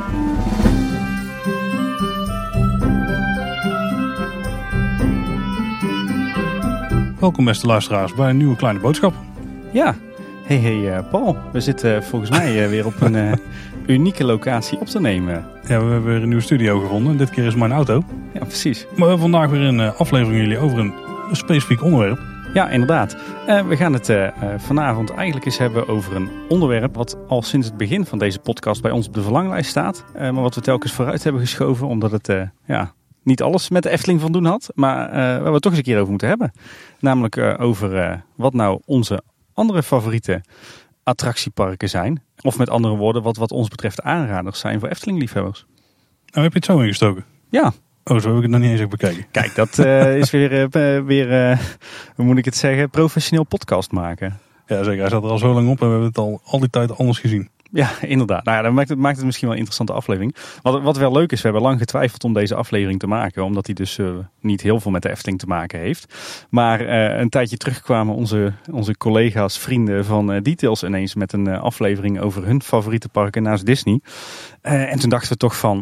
Welkom beste luisteraars bij een nieuwe kleine boodschap. Ja, hey Paul. We zitten volgens mij weer op een unieke locatie op te nemen. Ja, we hebben weer een nieuwe studio gevonden. Dit keer is mijn auto. Ja, precies. Maar we hebben vandaag weer een aflevering jullie over een specifiek onderwerp. Ja, inderdaad. We gaan het vanavond eigenlijk eens hebben over een onderwerp wat al sinds het begin van deze podcast bij ons op de verlanglijst staat. Maar wat we telkens vooruit hebben geschoven omdat het niet alles met de Efteling van doen had. Maar waar we het toch eens een keer over moeten hebben. Namelijk over wat nou onze andere favoriete attractieparken zijn. Of met andere woorden, wat ons betreft aanraders zijn voor Efteling-liefhebbers. Nou, heb je het zo ingestoken? Ja. Oh, zo heb ik het nog niet eens even bekeken. Kijk, dat is weer, hoe moet ik het zeggen, professioneel podcast maken. Ja, zeker. Hij zat er al zo lang op en we hebben het al die tijd anders gezien. Ja, inderdaad. Nou ja, dat maakt het misschien wel een interessante aflevering. Wat wel leuk is, we hebben lang getwijfeld om deze aflevering te maken. Omdat die dus niet heel veel met de Efteling te maken heeft. Maar een tijdje terug kwamen onze collega's, vrienden van Details ineens met een aflevering over hun favoriete parken naast Disney. En toen dachten we toch van,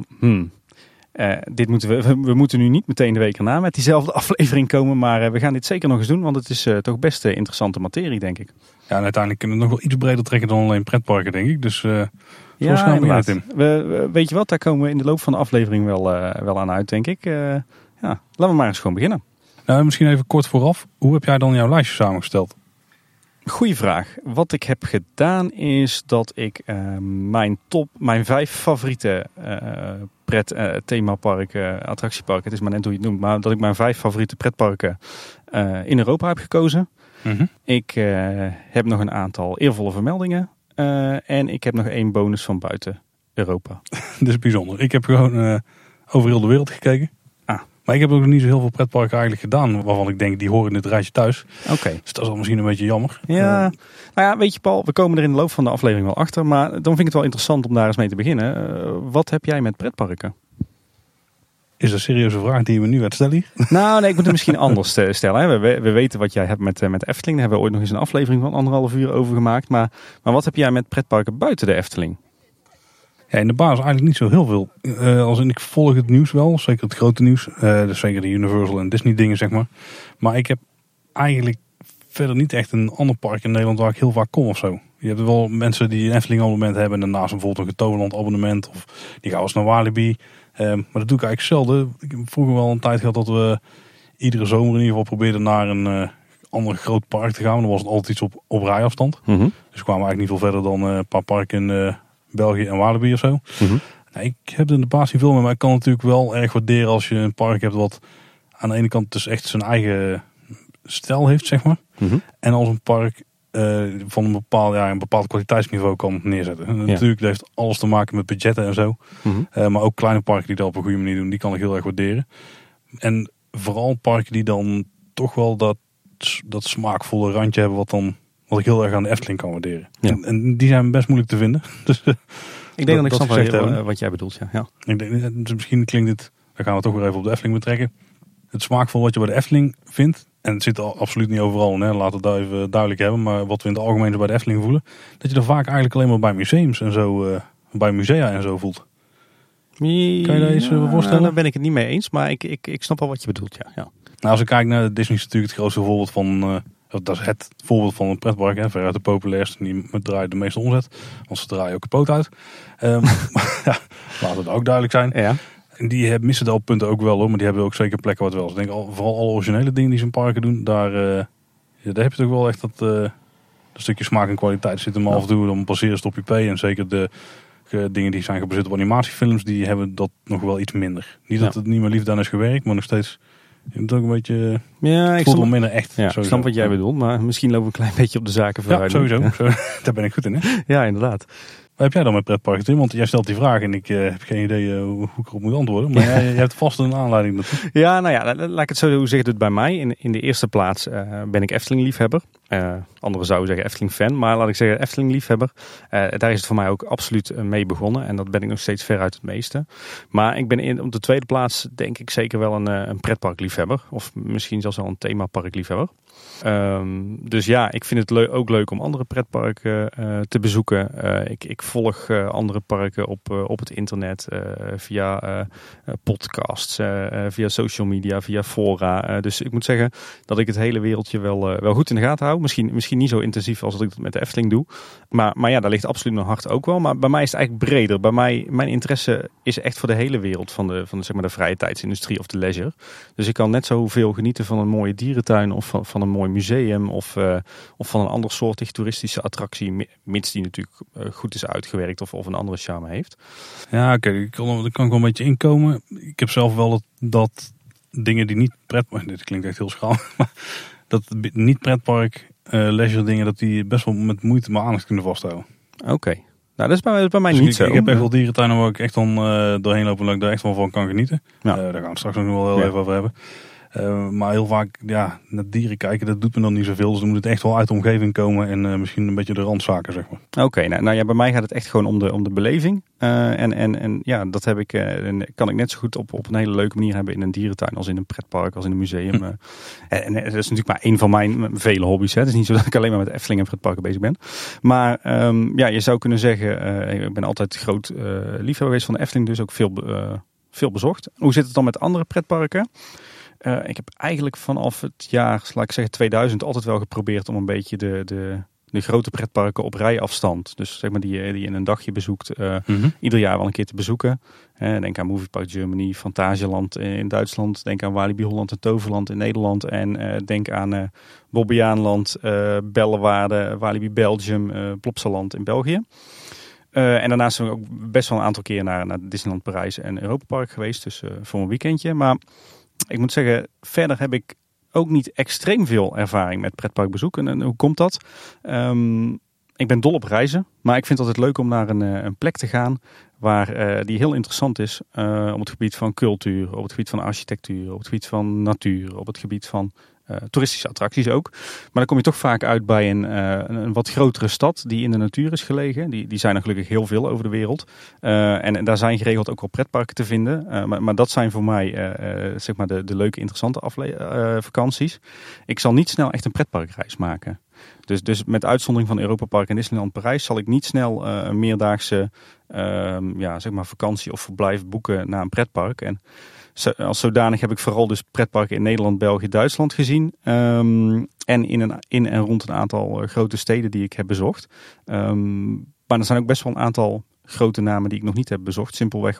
we moeten nu niet meteen de week erna met diezelfde aflevering komen. Maar we gaan dit zeker nog eens doen, want het is toch best interessante materie, denk ik. Ja, en uiteindelijk kunnen we het nog wel iets breder trekken dan alleen pretparken, denk ik. Dus ja, gaan we uit in. Weet je wat, daar komen we in de loop van de aflevering wel aan uit, denk ik. Laten we maar eens gewoon beginnen. Nou, misschien even kort vooraf. Hoe heb jij dan jouw lijstje samengesteld? Goeie vraag. Wat ik heb gedaan is dat ik mijn 5 favoriete themaparken, attractieparken, het is maar net hoe je het noemt, maar dat ik mijn 5 favoriete pretparken in Europa heb gekozen. Mm-hmm. Ik heb nog een aantal eervolle vermeldingen en ik heb nog 1 bonus van buiten Europa. Dat is bijzonder. Ik heb gewoon over heel de wereld gekeken. Maar ik heb ook nog niet zo heel veel pretparken eigenlijk gedaan waarvan ik denk die horen in het rijtje thuis. Oké. Dus dat is al misschien een beetje jammer. Ja, nou ja, weet je Paul, we komen er in de loop van de aflevering wel achter. Maar dan vind ik het wel interessant om daar eens mee te beginnen. Wat heb jij met pretparken? Is dat een serieuze vraag die je me nu gaat stellen hier? Nou, nee, ik moet het misschien anders stellen. Hè. We weten wat jij hebt met Efteling. Daar hebben we ooit nog eens een aflevering van 1,5 uur over gemaakt. Maar wat heb jij met pretparken buiten de Efteling? Ja, in de basis eigenlijk niet zo heel veel. Ik volg het nieuws wel, zeker het grote nieuws. Dus zeker de Universal en Disney dingen, zeg maar. Maar ik heb eigenlijk verder niet echt een ander park in Nederland waar ik heel vaak kom of zo. Je hebt wel mensen die een Efteling abonnement hebben en daarnaast bijvoorbeeld een Toverland abonnement. Of die gaan eens naar Walibi. Maar dat doe ik eigenlijk zelden. Ik heb vroeger wel een tijd gehad dat we iedere zomer in ieder geval probeerden naar een ander groot park te gaan. Dan was het altijd iets op rijafstand. Mm-hmm. Dus we kwamen eigenlijk niet veel verder dan een paar parken in België en Walibi of zo. Mm-hmm. Nou, ik heb er in de basis niet veel mee, maar ik kan natuurlijk wel erg waarderen als je een park hebt wat aan de ene kant dus echt zijn eigen stijl heeft, zeg maar. Mm-hmm. En als een park van een bepaald kwaliteitsniveau kan neerzetten. En natuurlijk, dat heeft alles te maken met budgetten en zo. Mm-hmm. Maar ook kleine parken die dat op een goede manier doen, die kan ik heel erg waarderen. En vooral parken die dan toch wel dat smaakvolle randje hebben wat ik heel erg aan de Efteling kan waarderen. Ja. En die zijn best moeilijk te vinden. Dus, ik denk dat ik snap wat jij bedoelt. Ja. Ik denk, dus misschien klinkt dit, dan gaan we toch weer even op de Efteling betrekken. Het smaakvol wat je bij de Efteling vindt. En het zit absoluut niet overal. Hè? Laten we het even duidelijk hebben. Maar wat we in het algemeen bij de Efteling voelen. Dat je er vaak eigenlijk alleen maar bij museums en zo. Bij musea en zo voelt. Kan je daar iets voorstellen? Daar ben ik het niet mee eens. Maar ik snap wel wat je bedoelt. Ja. Nou, als ik kijk naar Disney is natuurlijk het grootste voorbeeld van... dat is het voorbeeld van een pretpark. Hè? Veruit de populairste. Die draait de meeste omzet. Want ze draaien ook kapot uit. Laat het ook duidelijk zijn. Ja. En die missen de punten ook wel hoor. Maar die hebben ook zeker plekken wat wel. Dus ik denk vooral alle originele dingen die ze in parken doen. Daar heb je toch wel echt dat stukje smaak en kwaliteit. Zit hem af en toe. Dan passeren stopje P. En zeker de dingen die zijn gebaseerd op animatiefilms. Die hebben dat nog wel iets minder. Niet dat het niet meer liefde aan is gewerkt. Maar nog steeds... Het ook een beetje. Ja, ik voel wel minder echt. Ja, ik snap wat jij bedoelt, maar misschien lopen we een klein beetje op de zaken vooruit. Ja, sowieso. Daar ben ik goed in, hè? Ja, inderdaad. Wat heb jij dan met pretparken, Tim? Want jij stelt die vraag en ik heb geen idee hoe ik erop moet antwoorden. Maar jij hebt vast een aanleiding naartoe. Ja, nou ja, laat ik het zo zeggen. Bij mij in de eerste plaats ben ik Efteling liefhebber. Anderen zouden zeggen Efteling-fan, maar laat ik zeggen Efteling-liefhebber. Daar is het voor mij ook absoluut mee begonnen. En dat ben ik nog steeds ver uit het meeste. Maar ik ben op de tweede plaats denk ik zeker wel een pretparkliefhebber. Of misschien zelfs wel een themaparkliefhebber. Dus ja, ik vind het ook leuk om andere pretparken te bezoeken. Ik volg andere parken op het internet via podcasts, via social media, via fora. Dus ik moet zeggen dat ik het hele wereldje wel goed in de gaten hou. Misschien niet zo intensief als dat ik dat met de Efteling doe. Maar ja, daar ligt absoluut mijn hart ook wel. Maar bij mij is het eigenlijk breder. Mijn interesse is echt voor de hele wereld van de zeg maar de vrije tijdsindustrie of de leisure. Dus ik kan net zoveel genieten van een mooie dierentuin of van een mooi museum of van een andersoortig toeristische attractie, mits die natuurlijk goed is uitgewerkt of een andere charme heeft. Ja, oké, daar kan ik wel een beetje inkomen. Ik heb zelf wel dat dingen die niet pretpark, dit klinkt echt heel schraal, maar dat niet pretpark leisure dingen, dat die best wel met moeite mijn aandacht kunnen vasthouden. Oké. Nou, dat is bij mij dus niet zo. Ik heb echt wel dierentuinen waar ik echt dan doorheen loop en dat ik daar echt wel van kan genieten. Ja. Daar gaan we het straks nog wel heel even over hebben. Maar heel vaak, ja, naar dieren kijken, dat doet me dan niet zoveel. Dus dan moet het echt wel uit de omgeving komen en misschien een beetje de randzaken, zeg maar. Oké, nou ja, bij mij gaat het echt gewoon om de beleving. En ja, dat heb ik, kan ik net zo goed op een hele leuke manier hebben in een dierentuin als in een pretpark, als in een museum. En dat is natuurlijk maar één van mijn vele hobby's. Hè. Het is niet zo dat ik alleen maar met Efteling en pretparken bezig ben. Maar ja, je zou kunnen zeggen, ik ben altijd groot liefhebber geweest van de Efteling, dus ook veel bezocht. Hoe zit het dan met andere pretparken? Ik heb eigenlijk vanaf het jaar, laat ik zeggen 2000, altijd wel geprobeerd om een beetje de grote pretparken op rijafstand. Dus zeg maar die je in een dagje bezoekt, ieder jaar wel een keer te bezoeken. Denk aan Movie Park Germany, Fantasieland in Duitsland. Denk aan Walibi Holland en Toverland in Nederland. En denk aan Bobbejaanland, Bellewaarde, Walibi Belgium, Plopsaland in België. En daarnaast zijn we ook best wel een aantal keer naar Disneyland Parijs en Europa Park geweest. Dus voor een weekendje. Maar ik moet zeggen, verder heb ik ook niet extreem veel ervaring met pretparkbezoek. En hoe komt dat? Ik ben dol op reizen, maar ik vind het altijd leuk om naar een plek te gaan die heel interessant is op het gebied van cultuur, op het gebied van architectuur, op het gebied van natuur, op het gebied van toeristische attracties ook. Maar dan kom je toch vaak uit bij een wat grotere stad die in de natuur is gelegen. Die zijn er gelukkig heel veel over de wereld. En daar zijn geregeld ook wel pretparken te vinden. Maar dat zijn voor mij zeg maar de leuke, interessante vakanties. Ik zal niet snel echt een pretparkreis maken. Dus met uitzondering van Europa Park en Disneyland Parijs zal ik niet snel een meerdaagse zeg maar vakantie of verblijf boeken naar een pretpark. En als zodanig heb ik vooral dus pretparken in Nederland, België, Duitsland gezien. En in en rond een aantal grote steden die ik heb bezocht. Maar er zijn ook best wel een aantal grote namen die ik nog niet heb bezocht. Simpelweg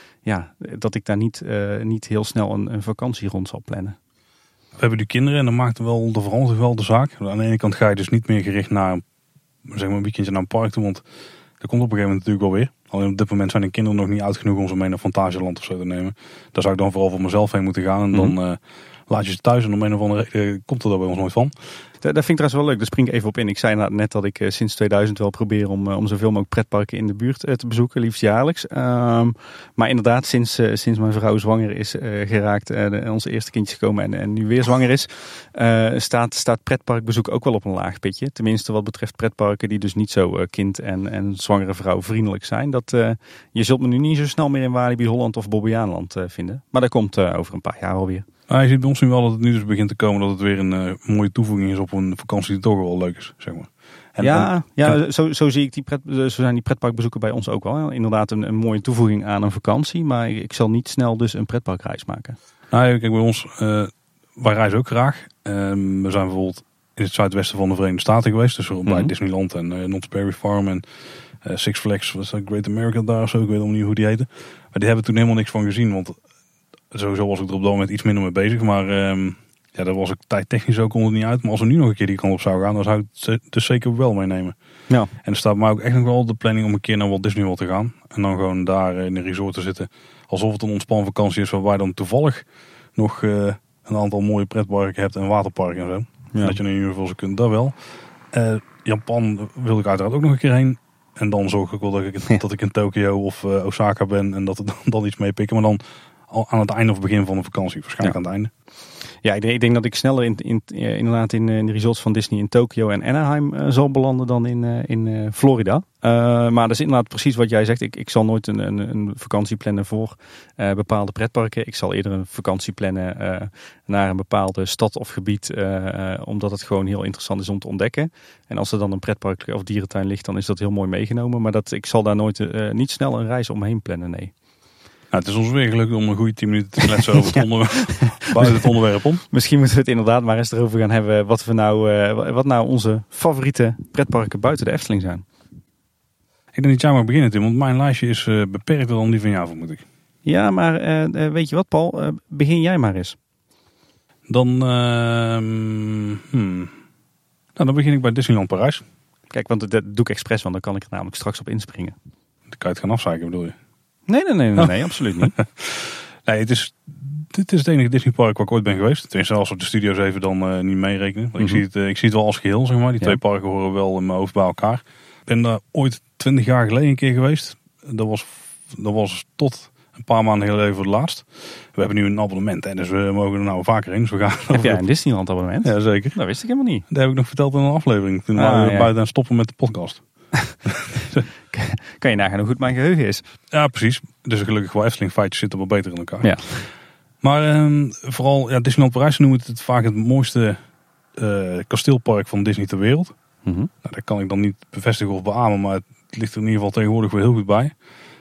dat ik daar niet heel snel een vakantie rond zal plannen. We hebben nu kinderen en dan maakt er verandert wel de zaak. Aan de ene kant ga je dus niet meer gericht naar een weekendje naar een park toe. Want dat komt op een gegeven moment natuurlijk wel weer. Alleen op dit moment zijn de kinderen nog niet oud genoeg om ze mee naar Fantasieland of zo te nemen. Daar zou ik dan vooral voor mezelf heen moeten gaan. En dan laat je ze thuis en om een of andere reden komt er daar bij ons nooit van. Dat vind ik trouwens wel leuk. Daar spring ik even op in. Ik zei net dat ik sinds 2000 wel probeer om zoveel mogelijk pretparken in de buurt te bezoeken. Liefst jaarlijks. Maar inderdaad, sinds mijn vrouw zwanger is geraakt. Onze eerste kindje gekomen en nu weer zwanger is. Staat pretparkbezoek ook wel op een laag pitje. Tenminste wat betreft pretparken die dus niet zo kind- en zwangere vrouw vriendelijk zijn. Je zult me nu niet zo snel meer in Walibi Holland of Bobbejaanland vinden. Maar dat komt over een paar jaar alweer. Je ziet bij ons nu wel dat het nu dus begint te komen dat het weer een mooie toevoeging is op een vakantie die toch wel leuk is, zeg maar. Zo zie ik zo zijn die pretparkbezoeken bij ons ook wel. Inderdaad een mooie toevoeging aan een vakantie, maar ik zal niet snel dus een pretparkreis maken. Kijk, bij ons, wij reizen ook graag. We zijn bijvoorbeeld in het zuidwesten van de Verenigde Staten geweest, dus bij Disneyland en Knott's Berry Farm en Six Flags, was dat Great America daar of zo, ik weet niet hoe die heette. Maar die hebben toen helemaal niks van gezien, want sowieso was ik er op dat moment iets minder mee bezig. Maar daar was ik tijdtechnisch ook onder niet uit. Maar als we nu nog een keer die kant op zou gaan, dan zou ik het dus zeker wel meenemen. Ja. En er staat mij ook echt nog wel op de planning om een keer naar Walt Disney World te gaan. En dan gewoon daar in een resort te zitten. Alsof het een ontspannen vakantie is waarbij dan toevallig nog een aantal mooie pretparken hebt en waterparken en zo. Ja. Dat je naar Universal kunt, dat wel. Japan wil ik uiteraard ook nog een keer heen. En dan zorg ik wel dat ik in Tokio of Osaka ben en dat we dan iets mee pikken. Maar dan aan het einde of begin van de vakantie, waarschijnlijk aan het einde. Ja, ik denk dat ik sneller inderdaad in de resorts van Disney in Tokio en Anaheim zal belanden dan in Florida. Maar dat is inderdaad precies wat jij zegt. Ik zal nooit een vakantie plannen voor bepaalde pretparken. Ik zal eerder een vakantie plannen naar een bepaalde stad of gebied. Omdat het gewoon heel interessant is om te ontdekken. En als er dan een pretpark of dierentuin ligt, dan is dat heel mooi meegenomen. Maar ik zal daar nooit niet snel een reis omheen plannen, nee. Nou, het is ons weer gelukt om een goede 10 minuten te kletsen over het buiten het onderwerp om. Misschien moeten we het inderdaad maar eens erover gaan hebben wat nou onze favoriete pretparken buiten de Efteling zijn. Ik denk dat jij mag beginnen, Tim, want mijn lijstje is beperkter dan die van jou, vermoed ik. Ja, maar weet je wat, Paul? Begin jij maar eens. Dan begin ik bij Disneyland Parijs. Kijk, want dat doe ik expres, want dan kan ik er namelijk straks op inspringen. Dan kan je het gaan afzeiken, bedoel je? Nee, absoluut niet. Nee, dit is het enige Disneypark waar ik ooit ben geweest. Tenminste, als we de studio's even dan niet meerekenen. Mm-hmm. Ik zie het wel als geheel, zeg maar. Die twee parken horen wel in mijn hoofd bij elkaar. Ik ben daar ooit 20 jaar geleden een keer geweest. Dat was tot een paar maanden geleden voor het laatst. We hebben nu een abonnement, hè, dus we mogen er nou vaker heen. Dus we gaan Heb jij een Disneyland abonnement? Ja, zeker. Dat wist ik helemaal niet. Dat heb ik nog verteld in een aflevering. Toen waren we buiten aan stoppen met de podcast. Kan je nagaan hoe goed mijn geheugen is. Ja, precies. Dus gelukkig wel Efteling feitjes zitten wel beter in elkaar. Ja. Maar vooral Disneyland Parijs noemen het vaak het mooiste kasteelpark van Disney ter wereld. Mm-hmm. Nou, dat kan ik dan niet bevestigen of beamen, maar het ligt er in ieder geval tegenwoordig wel heel goed bij.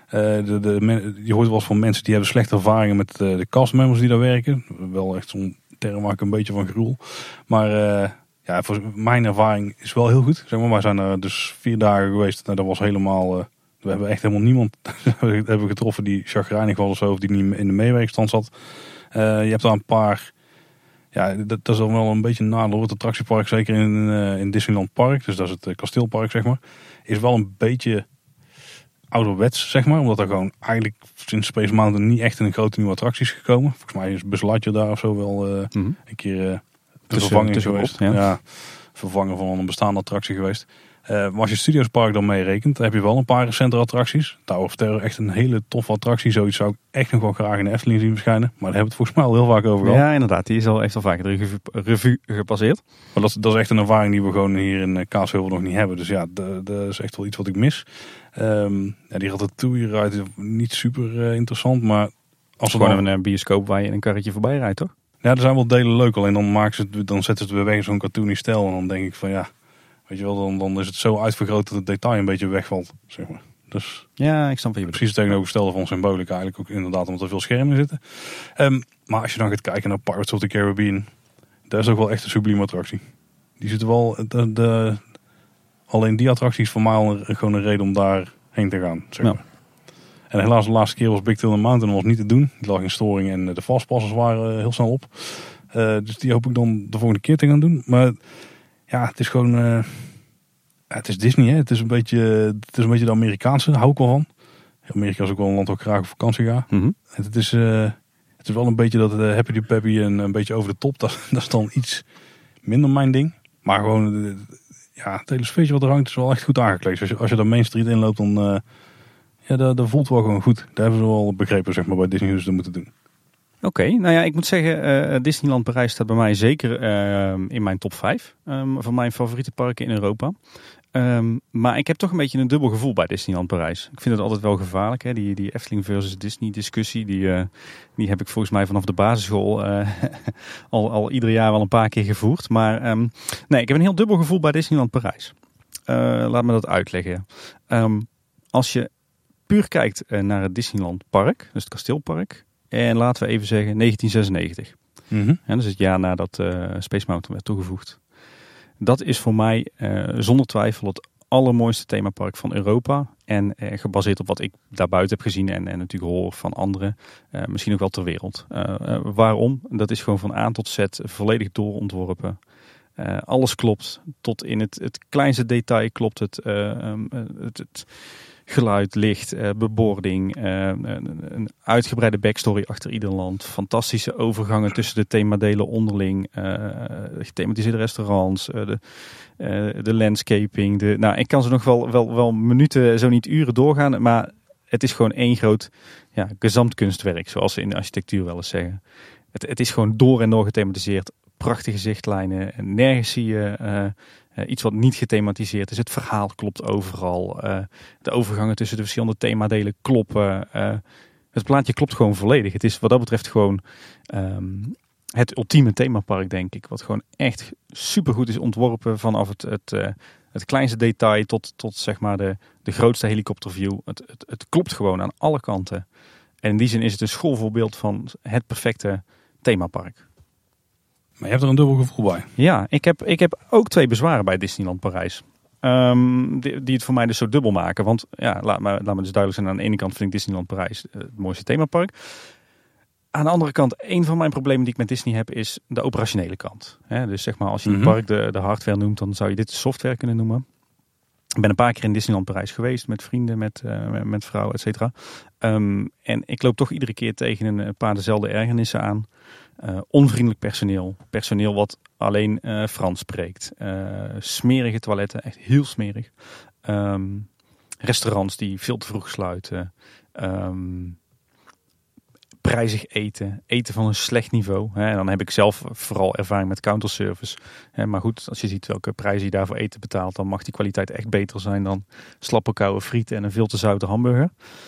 Je hoort wel eens van mensen die hebben slechte ervaringen met de castmembers die daar werken. Wel echt zo'n term waar ik een beetje van gruwel. Maar voor mijn ervaring is wel heel goed. Zeg maar, wij zijn er dus 4 dagen geweest. Nou, dat was helemaal... we hebben echt helemaal niemand hebben getroffen die chagrijnig was of zo. Of die niet in de meewerkstand zat. Je hebt daar een paar... Ja, dat is dan wel een beetje een nadeel. Het attractiepark, zeker in Disneyland Park. Dus dat is het kasteelpark, zeg maar. Is wel een beetje ouderwets, zeg maar. Omdat er gewoon eigenlijk sinds Space Mountain niet echt in een grote nieuwe attractie is gekomen. Volgens mij is Buzz Lightyear daar of zo wel een keer een vervanging geweest. Ja, vervangen van een bestaande attractie geweest. Maar als je Studiospark dan meerekent, dan heb je wel een paar recente attracties. Tower of Terror, echt een hele toffe attractie. Zoiets zou ik echt nog wel graag in de Efteling zien verschijnen. Maar daar hebben we het volgens mij al heel vaak over gehad. Ja, inderdaad. Die heeft al vaker de revue gepasseerd. Maar dat is echt een ervaring die we gewoon hier in Kaatsheuvel nog niet hebben. Dus ja, dat is echt wel iets wat ik mis. Die Ratatouille ride is niet super interessant. Maar als gewoon dan een bioscoop waar je in een karretje voorbij rijdt, toch? Ja, er zijn wel delen leuk. Alleen dan zetten ze het weer weg in zo'n cartoony stijl. En dan denk ik van ja... Weet je wel, dan is het zo uitvergroot dat het detail een beetje wegvalt, zeg maar. Dus ja, ik snap wat je bedoelt. Precies het tegenovergestelde van symbolica eigenlijk ook inderdaad, omdat er veel schermen in zitten. Maar als je dan gaat kijken naar Pirates of the Caribbean, dat is ook wel echt een sublieme attractie. Die zitten wel, alleen die attractie is voor mij al gewoon een reden om daarheen te gaan, zeg maar. Ja. En helaas de laatste keer was Big Thunder Mountain was niet te doen. Die lag in storing en de fastpassers waren heel snel op. Dus die hoop ik dan de volgende keer te gaan doen. Maar ja, het is gewoon... het is Disney, hè. Het is een beetje de Amerikaanse, daar hou ik wel van. Amerika is ook wel een land waar ik graag op vakantie ga. Mm-hmm. Het is wel een beetje dat happy de peppy en een beetje over de top. Dat is dan iets minder mijn ding. Maar gewoon, het hele sfeertje wat er hangt is wel echt goed aangekleed. Dus als je daar Main Street inloopt, dan dat voelt wel gewoon goed. Daar hebben ze wel begrepen, zeg maar, bij Disney hoe ze dat moeten doen. Oké, nou ja, ik moet zeggen, Disneyland Parijs staat bij mij zeker in mijn top 5 van mijn favoriete parken in Europa. Maar ik heb toch een beetje een dubbel gevoel bij Disneyland Parijs. Ik vind het altijd wel gevaarlijk, hè? Die Efteling versus Disney discussie, die heb ik volgens mij vanaf de basisschool al ieder jaar wel een paar keer gevoerd. Maar nee, ik heb een heel dubbel gevoel bij Disneyland Parijs. Laat me dat uitleggen. Als je puur kijkt naar het Disneyland Park, dus het kasteelpark, en laten we even zeggen 1996. Mm-hmm. En dat is het jaar nadat Space Mountain werd toegevoegd. Dat is voor mij zonder twijfel het allermooiste themapark van Europa. En gebaseerd op wat ik daarbuiten heb gezien en natuurlijk hoor van anderen. Misschien ook wel ter wereld. Waarom? Dat is gewoon van A tot Z volledig doorontworpen. Alles klopt. Tot in het kleinste detail klopt het geluid, licht, bebording, een uitgebreide backstory achter ieder land, fantastische overgangen tussen de themadelen onderling, gethematiseerde restaurants, de landscaping. Ik kan ze nog wel minuten, zo niet uren doorgaan, maar het is gewoon één groot gezamtkunstwerk, zoals ze in de architectuur wel eens zeggen. Het is gewoon door en door gethematiseerd. Prachtige zichtlijnen. Nergens zie je iets wat niet gethematiseerd is. Het verhaal klopt overal. De overgangen tussen de verschillende themadelen kloppen. Het plaatje klopt gewoon volledig. Het is wat dat betreft gewoon het ultieme themapark, denk ik. Wat gewoon echt supergoed is ontworpen vanaf het kleinste detail tot zeg maar de grootste helikopterview. Het klopt gewoon aan alle kanten. En in die zin is het een schoolvoorbeeld van het perfecte themapark. Maar je hebt er een dubbel gevoel bij. Ja, ik heb ook 2 bezwaren bij Disneyland Parijs. Die het voor mij dus zo dubbel maken. Want ja, laat me dus duidelijk zijn. Aan de ene kant vind ik Disneyland Parijs het mooiste themapark. Aan de andere kant, een van mijn problemen die ik met Disney heb, is de operationele kant. Dus zeg maar, als je het park de hardware noemt, dan zou je dit de software kunnen noemen. Ik ben een paar keer in Disneyland Parijs geweest met vrienden, met vrouwen, et cetera. En ik loop toch iedere keer tegen een paar dezelfde ergernissen aan. Onvriendelijk personeel. Personeel wat alleen Frans spreekt. Smerige toiletten, echt heel smerig. Restaurants die veel te vroeg sluiten. Prijzig eten. Eten van een slecht niveau. En dan heb ik zelf vooral ervaring met counterservice. Maar goed, als je ziet welke prijzen je daarvoor eten betaalt, dan mag die kwaliteit echt beter zijn dan slappe koude frieten en een veel te zoute hamburger.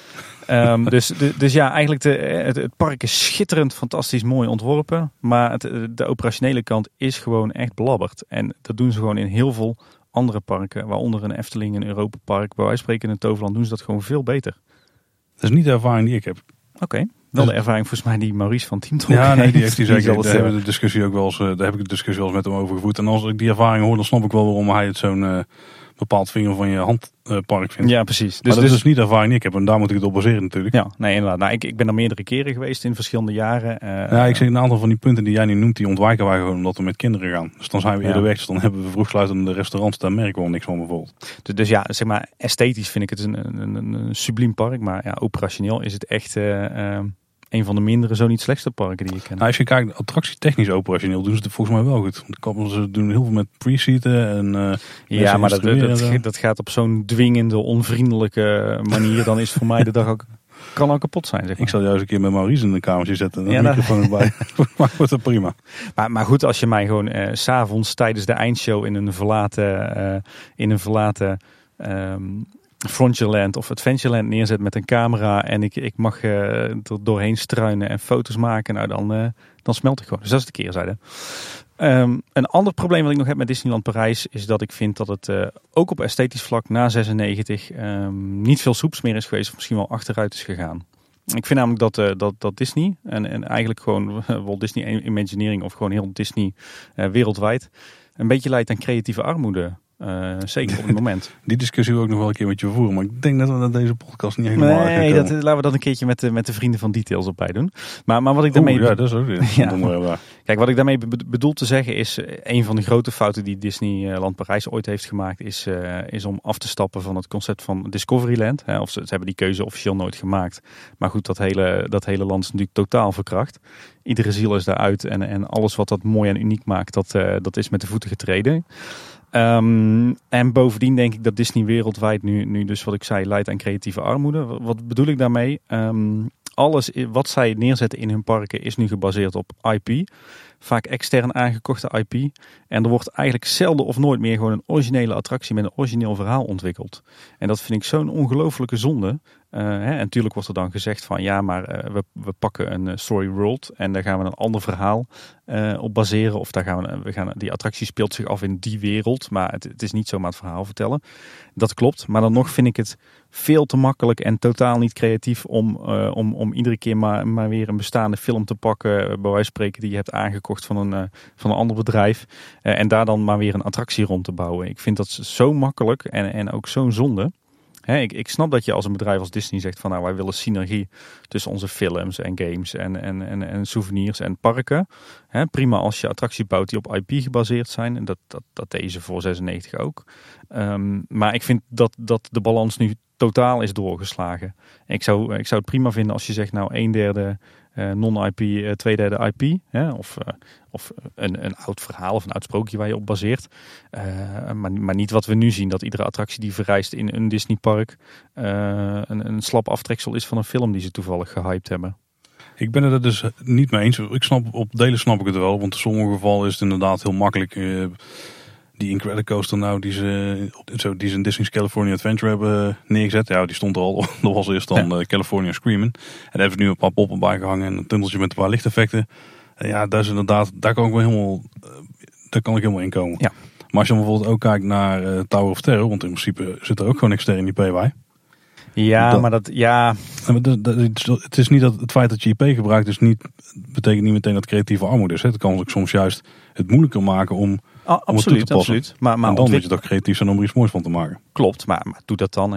Dus ja, eigenlijk het park is schitterend, fantastisch, mooi ontworpen. Maar de operationele kant is gewoon echt belabberd. En dat doen ze gewoon in heel veel andere parken. Waaronder een Efteling, een Europa Park. Bij wijze van spreken in het Toverland doen ze dat gewoon veel beter. Dat is niet de ervaring die ik heb. Oké. Wel de ervaring volgens mij die Maurice van Team Talk Ja, nee, die heeft hij zeker. Daar Daar heb ik de discussie wel eens met hem over gevoerd. En als ik die ervaring hoor, dan snap ik wel waarom hij het zo'n bepaald vinger van je handpark vindt. Ja, precies. Maar dat is dus niet de ervaring die ik heb. En daar moet ik het op baseren natuurlijk. Ja, nee, inderdaad. Nou, ik ben er meerdere keren geweest in verschillende jaren. Ja, ik zeg een aantal van die punten die jij nu noemt, die ontwijken wij gewoon omdat we met kinderen gaan. Dus dan zijn we eerder weg. Dus dan hebben we vroegsluitende restaurants. Daar merken we wel niks van bijvoorbeeld. Dus ja, zeg maar, esthetisch vind ik het een subliem park. Maar ja, operationeel is het echt een van de mindere, zo niet slechtste parken die je kent. Nou, als je kijkt, attractietechnisch operationeel doen ze het volgens mij wel goed. Ze doen heel veel met pre-seaten en ja, maar dat gaat op zo'n dwingende, onvriendelijke manier. Dan is voor mij de dag ook kan al kapot zijn. Zeg maar. Ik zal juist een keer met Maurice in een kamertje zetten en een microfoon erbij. Maar wordt dat prima. Maar goed, als je mij gewoon 's avonds tijdens de eindshow in een verlaten Frontierland of Adventureland neerzet met een camera en ik mag er doorheen struinen en foto's maken, nou dan smelt ik gewoon. Dus dat is de keerzijde. Een ander probleem wat ik nog heb met Disneyland Parijs is dat ik vind dat het ook op esthetisch vlak na 96 niet veel soeps meer is geweest of misschien wel achteruit is gegaan. Ik vind namelijk dat Disney en eigenlijk gewoon Walt Disney Imagineering of gewoon heel Disney wereldwijd een beetje leidt aan creatieve armoede. Zeker op het moment. Die discussie wil ik nog wel een keer met je voeren. Maar ik denk dat we dat deze podcast niet helemaal laten we dat een keertje met de vrienden van Details op bij doen. Maar wat ik daarmee... ja, dat is ook weer. Kijk, wat ik daarmee bedoel te zeggen is... een van de grote fouten die Disneyland Parijs ooit heeft gemaakt... is om af te stappen van het concept van Discoveryland. Of ze hebben die keuze officieel nooit gemaakt. Maar goed, dat hele land is natuurlijk totaal verkracht. Iedere ziel is daaruit. En alles wat dat mooi en uniek maakt... dat is met de voeten getreden. En bovendien denk ik dat Disney wereldwijd nu dus wat ik zei leidt aan creatieve armoede. Wat bedoel ik daarmee? Alles wat zij neerzetten in hun parken is nu gebaseerd op IP. Vaak extern aangekochte IP. En er wordt eigenlijk zelden of nooit meer gewoon een originele attractie met een origineel verhaal ontwikkeld. En dat vind ik zo'n ongelofelijke zonde. En natuurlijk wordt er dan gezegd van ja, maar we pakken een story world en daar gaan we een ander verhaal op baseren. Of die attractie speelt zich af in die wereld, maar het is niet zomaar het verhaal vertellen. Dat klopt, maar dan nog vind ik het veel te makkelijk en totaal niet creatief om iedere keer maar weer een bestaande film te pakken, bij wijze van spreken, die je hebt aangekocht van een ander bedrijf. En daar dan maar weer een attractie rond te bouwen. Ik vind dat zo makkelijk en ook zo'n zonde. Ik snap dat je als een bedrijf als Disney zegt van nou wij willen synergie tussen onze films en games en souvenirs en parken. Prima als je attracties bouwt die op IP gebaseerd zijn. En dat deden ze voor 96 ook. Maar ik vind dat de balans nu totaal is doorgeslagen. Ik zou het prima vinden als je zegt nou 1/3 non-IP, 2/3 IP. Of een oud verhaal of een oud sprookje waar je op baseert. Maar niet wat we nu zien. Dat iedere attractie die verrijst in een Disneypark een slap aftreksel is van een film die ze toevallig gehyped hebben. Ik ben het er dus niet mee eens. Op delen snap ik het wel. Want in sommige gevallen is het inderdaad heel makkelijk. Die Incredicoaster nou, die ze in Disney's California Adventure hebben neergezet. Ja, die stond er al. Dat was eerst dan California Screamin'. En daar hebben ze nu een paar poppen bij gehangen. En een tunneltje met een paar lichteffecten. Ja, dat is inderdaad, daar kan ik helemaal in komen. Ja. Maar als je bijvoorbeeld ook kijkt naar Tower of Terror. Want in principe zit er ook gewoon extern IP bij. Ja, maar het is niet dat het feit dat je IP gebruikt betekent niet meteen dat creatieve armoede is. Het kan ook soms juist het moeilijker maken om het toe te passen. Maar en dan moet je toch creatief zijn om er iets moois van te maken. Klopt, maar doe dat dan.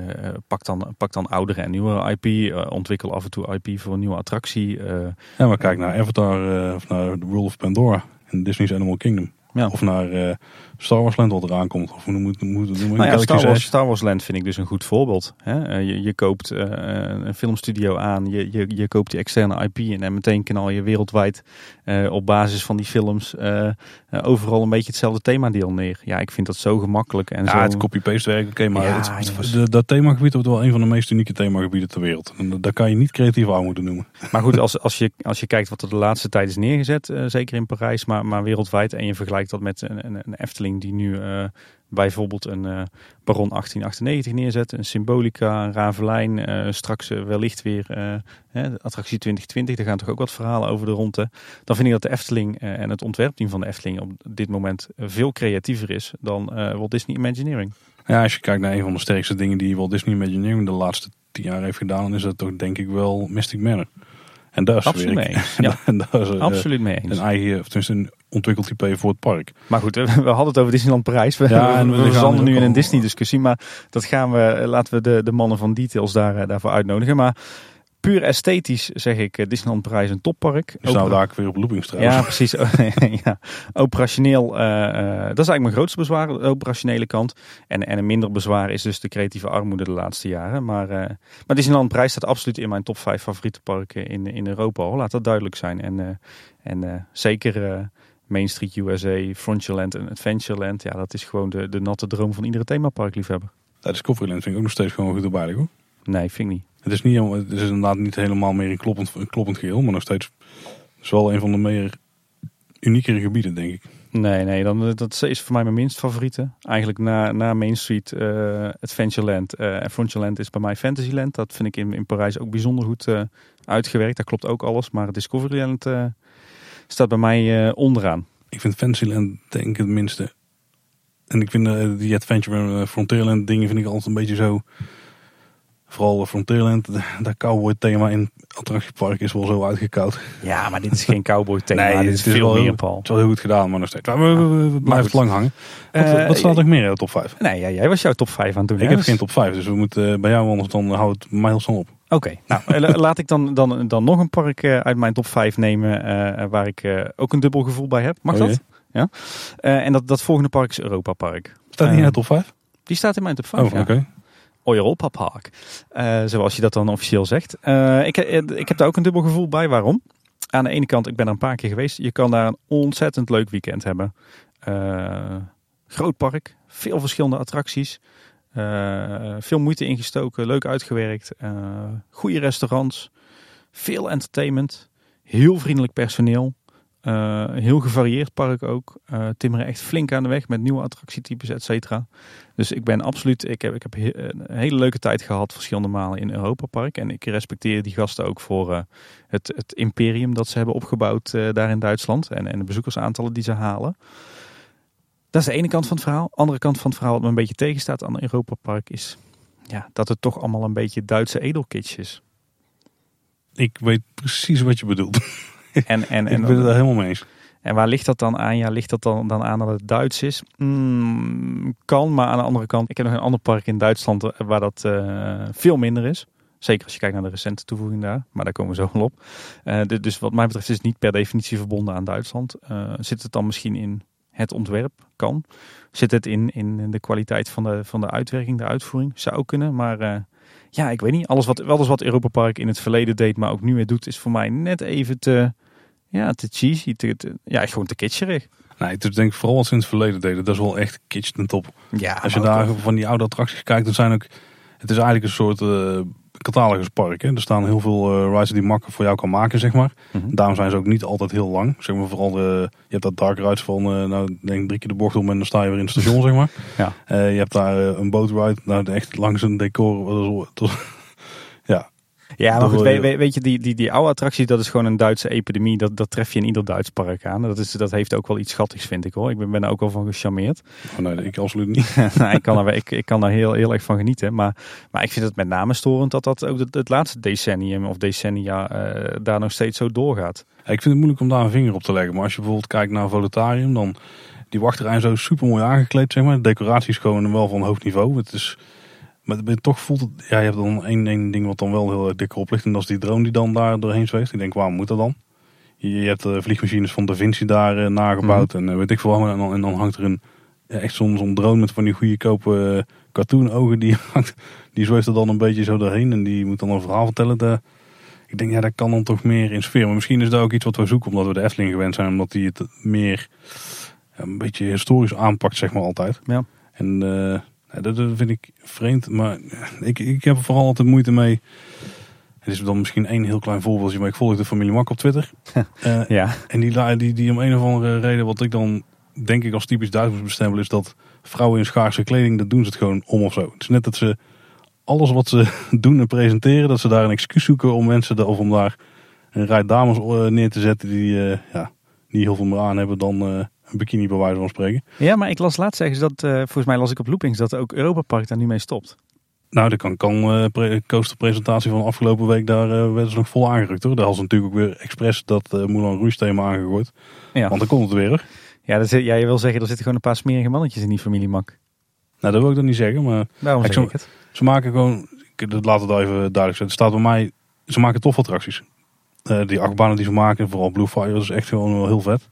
Pak dan oudere en nieuwe IP. Ontwikkel af en toe IP voor een nieuwe attractie. Ja, maar kijk naar Avatar of naar The World of Pandora in Disney's Animal Kingdom. Ja. Of naar Star Wars Land wat eraan komt. Of hoe moet het noemen? Star Wars Land vind ik dus een goed voorbeeld. Hè? Je koopt een filmstudio aan. Je koopt die externe IP. En meteen knal je wereldwijd op basis van die films overal een beetje hetzelfde themadeel neer. Ja, ik vind dat zo gemakkelijk. En zo... het copy-paste werk. Oké, maar dat themagebied wordt wel een van de meest unieke themagebieden ter wereld. En daar kan je niet creatief armoede noemen. Maar goed, als je kijkt wat er de laatste tijd is neergezet. Zeker in Parijs, maar wereldwijd. En je vergelijkt dat met een Efteling die nu bijvoorbeeld een Baron 1898 neerzet. Een Symbolica, een Ravelijn. Straks wellicht weer de attractie 2020. Daar gaan toch ook wat verhalen over de ronde. Dan vind ik dat de Efteling en het ontwerpteam van de Efteling op dit moment veel creatiever is dan Walt Disney Imagineering. Ja, als je kijkt naar een van de sterkste dingen die Walt Disney Imagineering de laatste 10 jaar heeft gedaan, dan is dat toch denk ik wel Mystic Manor. En daar is absoluut mee eens. Ja. Absoluut mee eens. Een eigen, of tenminste een ontwikkeld IP voor het park. Maar goed, we hadden het over Disneyland Parijs. We zanden nu in een Disney discussie. Maar dat laten we de mannen van Details daarvoor uitnodigen. Maar puur esthetisch zeg ik Disneyland Parijs een toppark. Je zou daar weer op loopings trouwens. Ja, precies. Ja. Operationeel, dat is eigenlijk mijn grootste bezwaar, de operationele kant. En een minder bezwaar is dus de creatieve armoede de laatste jaren. Maar Disneyland Parijs staat absoluut in mijn top 5 favoriete parken in Europa al. Laat dat duidelijk zijn. En zeker Main Street USA, Frontierland en Adventureland. Ja, dat is gewoon de natte droom van iedere themaparkliefhebber. Ja, Discoveryland vind ik ook nog steeds gewoon goed erbij, hoor. Nee, vind ik niet. Het is inderdaad niet helemaal meer een kloppend geheel, maar nog steeds is wel een van de meer uniekere gebieden, denk ik. Nee, dat is voor mij mijn minst favoriete. Eigenlijk na Main Street, Adventureland en Frontierland is bij mij Fantasyland. Dat vind ik in Parijs ook bijzonder goed uitgewerkt. Daar klopt ook alles, maar Discoveryland staat bij mij onderaan. Ik vind Fantasyland denk ik het minste. En ik vind die Adventure en Frontierland dingen vind ik altijd een beetje zo. Vooral Frontierland, dat cowboy thema in attractiepark is wel zo uitgekoud. Ja, maar dit is geen cowboy thema. Nee, dit is veel meer, Paul. Het is wel heel goed gedaan, maar nog steeds. We blijven het lang hangen. Wat staat er meer in de top 5? Nee, jij was jouw top 5 aan het doen. Ik heb geen top 5, dus we moeten bij jou anders dan houdt het mij heel snel op. Oké, nou laat ik dan nog een park uit mijn top 5 nemen waar ik ook een dubbel gevoel bij heb. Mag dat? Ja. En dat volgende park is Europa Park. Staat die in de top 5? Die staat in mijn top 5, oké. Europa Park, zoals je dat dan officieel zegt. Ik heb daar ook een dubbel gevoel bij. Waarom? Aan de ene kant, ik ben er een paar keer geweest. Je kan daar een ontzettend leuk weekend hebben. Groot park, veel verschillende attracties. Veel moeite ingestoken, leuk uitgewerkt. Goede restaurants, veel entertainment. Heel vriendelijk personeel. Heel gevarieerd park ook. Timmeren echt flink aan de weg met nieuwe attractietypes, et cetera. Dus ik ben absoluut. Ik heb een hele leuke tijd gehad, verschillende malen in Europa Park. En ik respecteer die gasten ook voor het imperium dat ze hebben opgebouwd daar in Duitsland. En de bezoekersaantallen die ze halen. Dat is de ene kant van het verhaal. Andere kant van het verhaal wat me een beetje tegenstaat aan Europa Park is dat het toch allemaal een beetje Duitse edelkitsch is. Ik weet precies wat je bedoelt. En ik ben het er helemaal mee eens. En waar ligt dat dan aan? Ja, ligt dat dan aan dat het Duits is? Kan, maar aan de andere kant... Ik heb nog een ander park in Duitsland waar dat veel minder is. Zeker als je kijkt naar de recente toevoeging daar. Maar daar komen we zo wel op. Dus wat mij betreft is het niet per definitie verbonden aan Duitsland. Zit het dan misschien in het ontwerp? Kan. Zit het in de kwaliteit van de uitwerking, de uitvoering? Zou kunnen, maar... ik weet niet. Alles wat Europa Park in het verleden deed, maar ook nu weer doet, is voor mij net even te cheesy. Gewoon te kitscherig. Nee, het is denk ik vooral wat ze in het verleden deden. Dat is wel echt kitsch ten top. Ja, als je daar van die oude attracties kijkt, dan zijn ook... Het is eigenlijk een soort cataloguspark. Hè. Er staan heel veel rides die makkelijk voor jou kan maken, zeg maar. Mhm. Daarom zijn ze ook niet altijd heel lang. Zeg maar vooral je hebt dat dark rides van, denk 3 keer de bocht om en dan sta je weer in het station, zeg maar. Ja. Je hebt daar een bootride, echt langs een decor. Ja. Ja, maar goed, weet je, die oude attractie, dat is gewoon een Duitse epidemie. Dat tref je in ieder Duits park aan. Dat heeft ook wel iets schattigs, vind ik hoor. Ik ben er ook wel van gecharmeerd. Oh nee, ik absoluut niet. Nou, ik kan daar heel erg van genieten. Maar ik vind het met name storend dat ook het laatste decennium of decennia daar nog steeds zo doorgaat. Ik vind het moeilijk om daar een vinger op te leggen. Maar als je bijvoorbeeld kijkt naar Volutarium, dan die wachtrij zo super mooi aangekleed, zeg maar. De decoratie is gewoon wel van hoog niveau. Het is... Maar toch voelt het... Ja, je hebt dan één ding wat dan wel heel dik erop ligt. En dat is die drone die dan daar doorheen zweeft. Ik denk, waarom moet dat dan? Je hebt vliegmachines van Da Vinci daar nagebouwd. En weet ik veel. En dan hangt er echt zo'n drone met van die goedkope cartoon ogen. Die zweeft er dan een beetje zo doorheen. En die moet dan een verhaal vertellen. Ik denk, dat kan dan toch meer in sfeer. Maar misschien is dat ook iets wat we zoeken. Omdat we de Efteling gewend zijn. Omdat die het meer een beetje historisch aanpakt, zeg maar altijd. Ja. En... dat vind ik vreemd, maar ik heb er vooral altijd moeite mee. Het is dan misschien één heel klein voorbeeldje, maar ik volg de familie Mak op Twitter. Ja. En die om een of andere reden, wat ik dan denk ik als typisch Duits moet bestempelen, is dat vrouwen in schaarse kleding, dat doen ze het gewoon om of zo. Het is net dat ze alles wat ze doen en presenteren, dat ze daar een excuus zoeken om mensen of om daar een rij dames neer te zetten die niet heel veel meer aan hebben dan... een bikini bij wijze van spreken. Ja, maar ik las laatst zeggen dat, volgens mij las ik op Loopings, dat ook Europa Park daar nu mee stopt. Nou, de coasterpresentatie van de afgelopen week, daar werden ze nog vol aangerukt hoor. Daar hadden ze natuurlijk ook weer expres dat Moulin Rouge thema aangegooid. Ja. Want dan komt het weer hoor. Ja, je wil zeggen, er zitten gewoon een paar smerige mannetjes in die familie Mak. Nou, dat wil ik dan niet zeggen, maar... Waarom zeg ik het? Ze maken gewoon, laat het even duidelijk zijn, het staat bij mij, ze maken tof attracties. Die achtbanen die ze maken, vooral Blue Fire, dat is echt gewoon wel heel vet.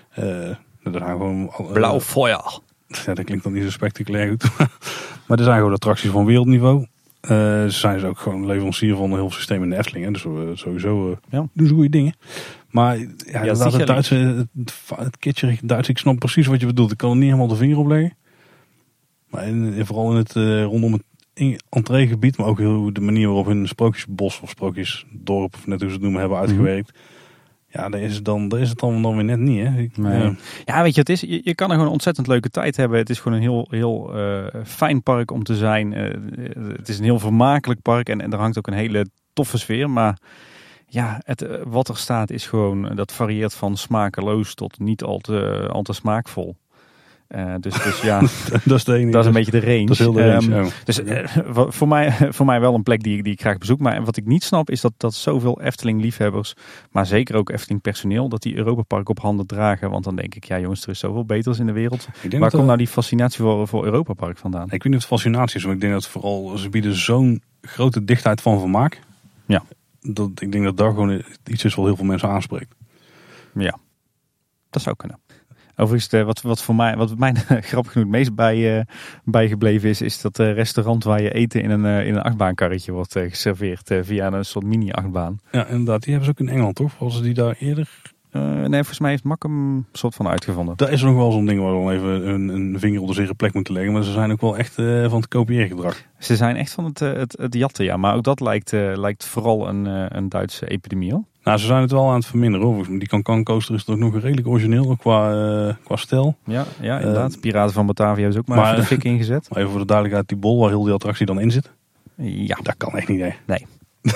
Dat zijn gewoon... Blauw feuer. Ja, dat klinkt dan niet zo spectaculair goed. Maar er zijn gewoon attracties van wereldniveau. Ze zijn ook gewoon leverancier van een heel systeem in de Efteling. Hè. Dus sowieso doen ze goede dingen. Maar inderdaad, het Duitse, het kitscherig Duits, ik snap precies wat je bedoelt. Ik kan er niet helemaal de vinger op leggen. Maar vooral in het rondom het entreegebied, maar ook de manier waarop hun sprookjesbos of sprookjesdorp, of net hoe ze het noemen, hebben uitgewerkt. Ja, daar is het dan weer net niet. Hè? Ja, weet je, het is, je kan er gewoon een ontzettend leuke tijd hebben. Het is gewoon een heel fijn park om te zijn. Het is een heel vermakelijk park en er hangt ook een hele toffe sfeer. Maar ja, wat er staat is gewoon, dat varieert van smakeloos tot niet al te smaakvol. Dus ja, dat is de enige. Dat is een beetje de range. Dat is heel de range. Dus voor mij wel een plek die ik graag bezoek. Maar wat ik niet snap is dat zoveel Efteling-liefhebbers, maar zeker ook Efteling-personeel, dat die Europa Park op handen dragen. Want dan denk ik, ja jongens, er is zoveel beters in de wereld. Waar komt nou die fascinatie voor Europa Park vandaan? Ik weet niet of het fascinatie is, maar ik denk dat vooral ze bieden zo'n grote dichtheid van vermaak. Ja. Ik denk dat daar gewoon iets is wat heel veel mensen aanspreekt. Ja, dat zou kunnen. Overigens, wat mij grappig genoeg het meest bijgebleven is dat restaurant waar je eten in een achtbaankarretje wordt geserveerd via een soort mini-achtbaan. Ja, inderdaad. Die hebben ze ook in Engeland, toch? Was die daar eerder? Nee, volgens mij heeft Mak hem soort van uitgevonden. Daar is er nog wel zo'n ding waar we dan even een vinger op de zere plek moeten leggen. Maar ze zijn ook wel echt van het kopieergedrag. Ze zijn echt van het jatten, ja. Maar ook dat lijkt vooral een Duitse epidemie, hoor. Nou, ze zijn het wel aan het verminderen, hoor. Die Cancan coaster is toch nog redelijk origineel qua stijl. Ja, inderdaad. Piraten van Batavia hebben ze ook maar even de fik ingezet. Maar even voor de duidelijkheid, die bol waar heel die attractie dan in zit. Ja. Dat kan echt niet, hè. Nee.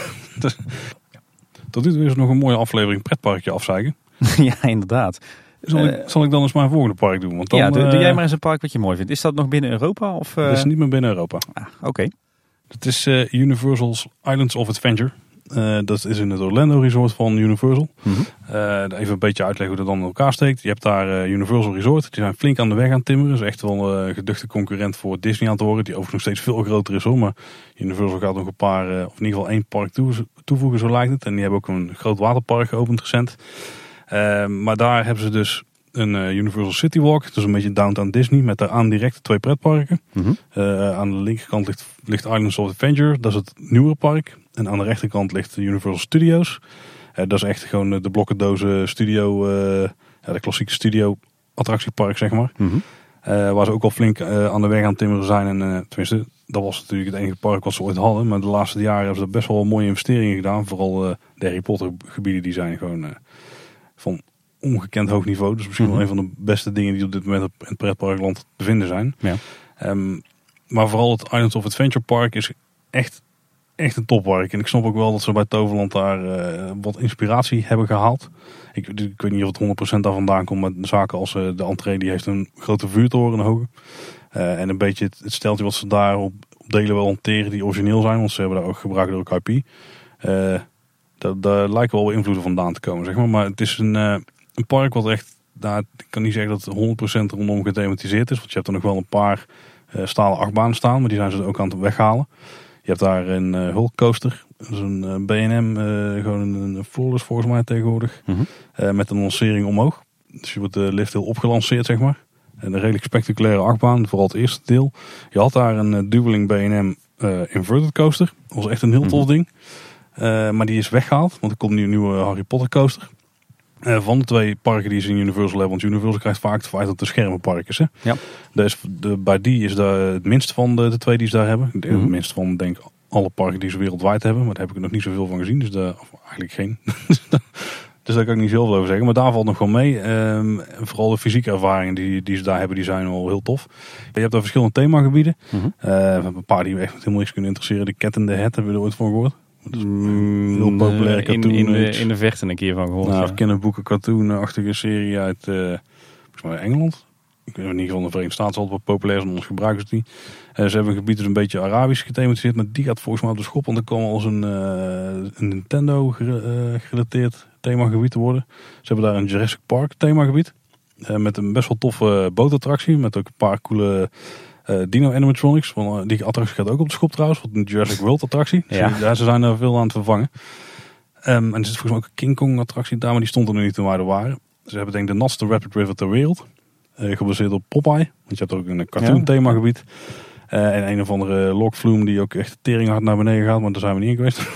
Tot nu toe is er nog een mooie aflevering pretparkje afzeiken. Ja, inderdaad. Zal ik dan eens mijn volgende park doen? Want dan, doe jij maar eens een park wat je mooi vindt. Is dat nog binnen Europa? Of, Dat is niet meer binnen Europa. Oké. Het is Universal's Islands of Adventure. Dat is in het Orlando Resort van Universal. Mm-hmm. Even een beetje uitleggen hoe dat dan in elkaar steekt. Je hebt daar Universal Resort. Die zijn flink aan de weg aan het timmeren. Dat is echt wel een geduchte concurrent voor Disney aan te worden. Die overigens nog steeds veel groter is, hoor. Maar Universal gaat nog een paar, of in ieder geval 1 park toevoegen, zo lijkt het. En die hebben ook een groot waterpark geopend recent. Maar daar hebben ze dus een Universal City Walk. Dat is een beetje Downtown Disney. Met daaraan direct 2 pretparken. Mm-hmm. Aan de linkerkant ligt Islands of Adventure. Dat is het nieuwere park. En aan de rechterkant ligt Universal Studios. Dat is echt gewoon de blokkendozen studio. De klassieke studio attractiepark, zeg maar. Mm-hmm. Waar ze ook al flink aan de weg aan het timmeren zijn. En tenminste, dat was natuurlijk het enige park wat ze ooit hadden. Maar de laatste jaren hebben ze best wel mooie investeringen gedaan. Vooral de Harry Potter gebieden die zijn gewoon van ongekend hoog niveau. Dus misschien wel een van de beste dingen die op dit moment in het pretparkland te vinden zijn. Ja. Maar vooral het Islands of Adventure Park is echt een toppark. En ik snap ook wel dat ze bij Toverland daar wat inspiratie hebben gehaald. Ik weet niet of het 100% daar vandaan komt. Maar zaken als de entree die heeft een grote vuurtoren hoog. En een beetje het steltje wat ze daar op delen wel hanteren die origineel zijn. Want ze hebben daar ook gebruikt door ook IP. Daar lijken wel invloeden vandaan te komen. Zeg maar. Maar het is een park wat echt... ik kan niet zeggen dat het 100% rondom gethematiseerd is. Want je hebt er nog wel een paar stalen achtbanen staan. Maar die zijn ze ook aan het weghalen. Je hebt daar een Hulk coaster. Dat is een B&M. Gewoon een floorless volgens mij tegenwoordig. Met een lancering omhoog. Dus je wordt de lift heel opgelanceerd zeg maar. En een redelijk spectaculaire achtbaan. Vooral het eerste deel. Je had daar een Dueling B&M inverted coaster. Dat was echt een heel tof ding. Maar die is weggehaald. Want er komt nu een nieuwe Harry Potter coaster. Van de 2 parken die ze in Universal hebben. Want Universal krijgt vaak het feit dat het een schermenpark is. Hè? Ja. Dus bij die is het minst van de 2 die ze daar hebben. Het minst van denk alle parken die ze wereldwijd hebben. Maar daar heb ik er nog niet zoveel van gezien. Dus eigenlijk geen. Dus daar kan ik niet zoveel over zeggen. Maar daar valt nog wel mee. Vooral de fysieke ervaringen die ze daar hebben, die zijn wel heel tof. Je hebt daar verschillende themagebieden. Een paar die we echt helemaal niks kunnen interesseren. De Cat and the Hat hebben we er ooit van gehoord. Dat is heel populair cartoon. In de vechten een keer van gehoord. Nou, kinderboeken, cartoon-achtige serie uit volgens mij Engeland. Ik weet in ieder geval de Verenigde Staten is altijd wat populair, anders gebruiken ze het niet. Ze hebben een gebied dus een beetje Arabisch gethematiseerd, maar die gaat volgens mij op de schop. Want er kwam als een Nintendo gerelateerd themagebied te worden. Ze hebben daar een Jurassic Park themagebied. Met een best wel toffe bootattractie. Met ook een paar coole Dino animatronics. Die attractie gaat ook op de schop trouwens. Wat een Jurassic World attractie. Ja. Ze zijn er veel aan het vervangen. En er zit volgens mij ook een King Kong attractie daar, maar die stond er nu niet toen wij er waren. Ze hebben denk ik de natste Rapid River ter wereld. Gebaseerd op Popeye. Want je hebt ook een cartoon themagebied. En een of andere lokvloem die ook echt tering hard naar beneden gaat. Maar daar zijn we niet in geweest.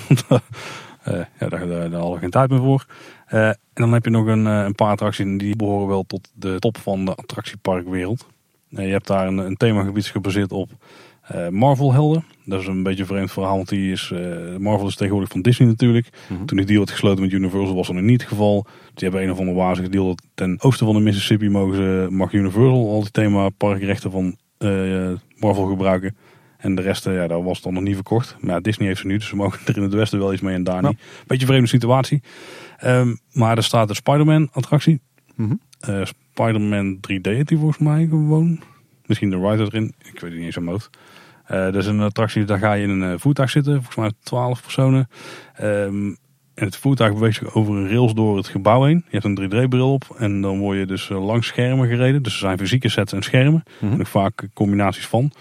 Daar hadden we geen tijd meer voor. En dan heb je nog een paar attracties die behoren wel tot de top van de attractieparkwereld. Je hebt daar een themagebied gebaseerd op Marvel helden. Dat is een beetje een vreemd verhaal, want Marvel is tegenwoordig van Disney natuurlijk. Toen die deal werd gesloten met Universal was dat nog niet het geval. Die hebben een of andere wazige deal dat ten oosten van de Mississippi mag Universal al die themaparkrechten van Marvel gebruiken. En de rest, daar was het dan nog niet verkocht. Maar ja, Disney heeft ze nu, dus ze mogen er in het westen wel iets mee en daar niet. Beetje een vreemde situatie. Maar er staat de Spider-Man attractie. Spider-Man 3D heeft die volgens mij gewoon. Misschien de ride erin. Ik weet het niet eens aan mijn hoofd. Dat is een attractie, daar ga je in een voertuig zitten. Volgens mij 12 personen. En het voertuig beweegt zich over een rails door het gebouw heen. Je hebt een 3D-bril op. En dan word je dus langs schermen gereden. Dus er zijn fysieke sets en schermen. En ook vaak combinaties van.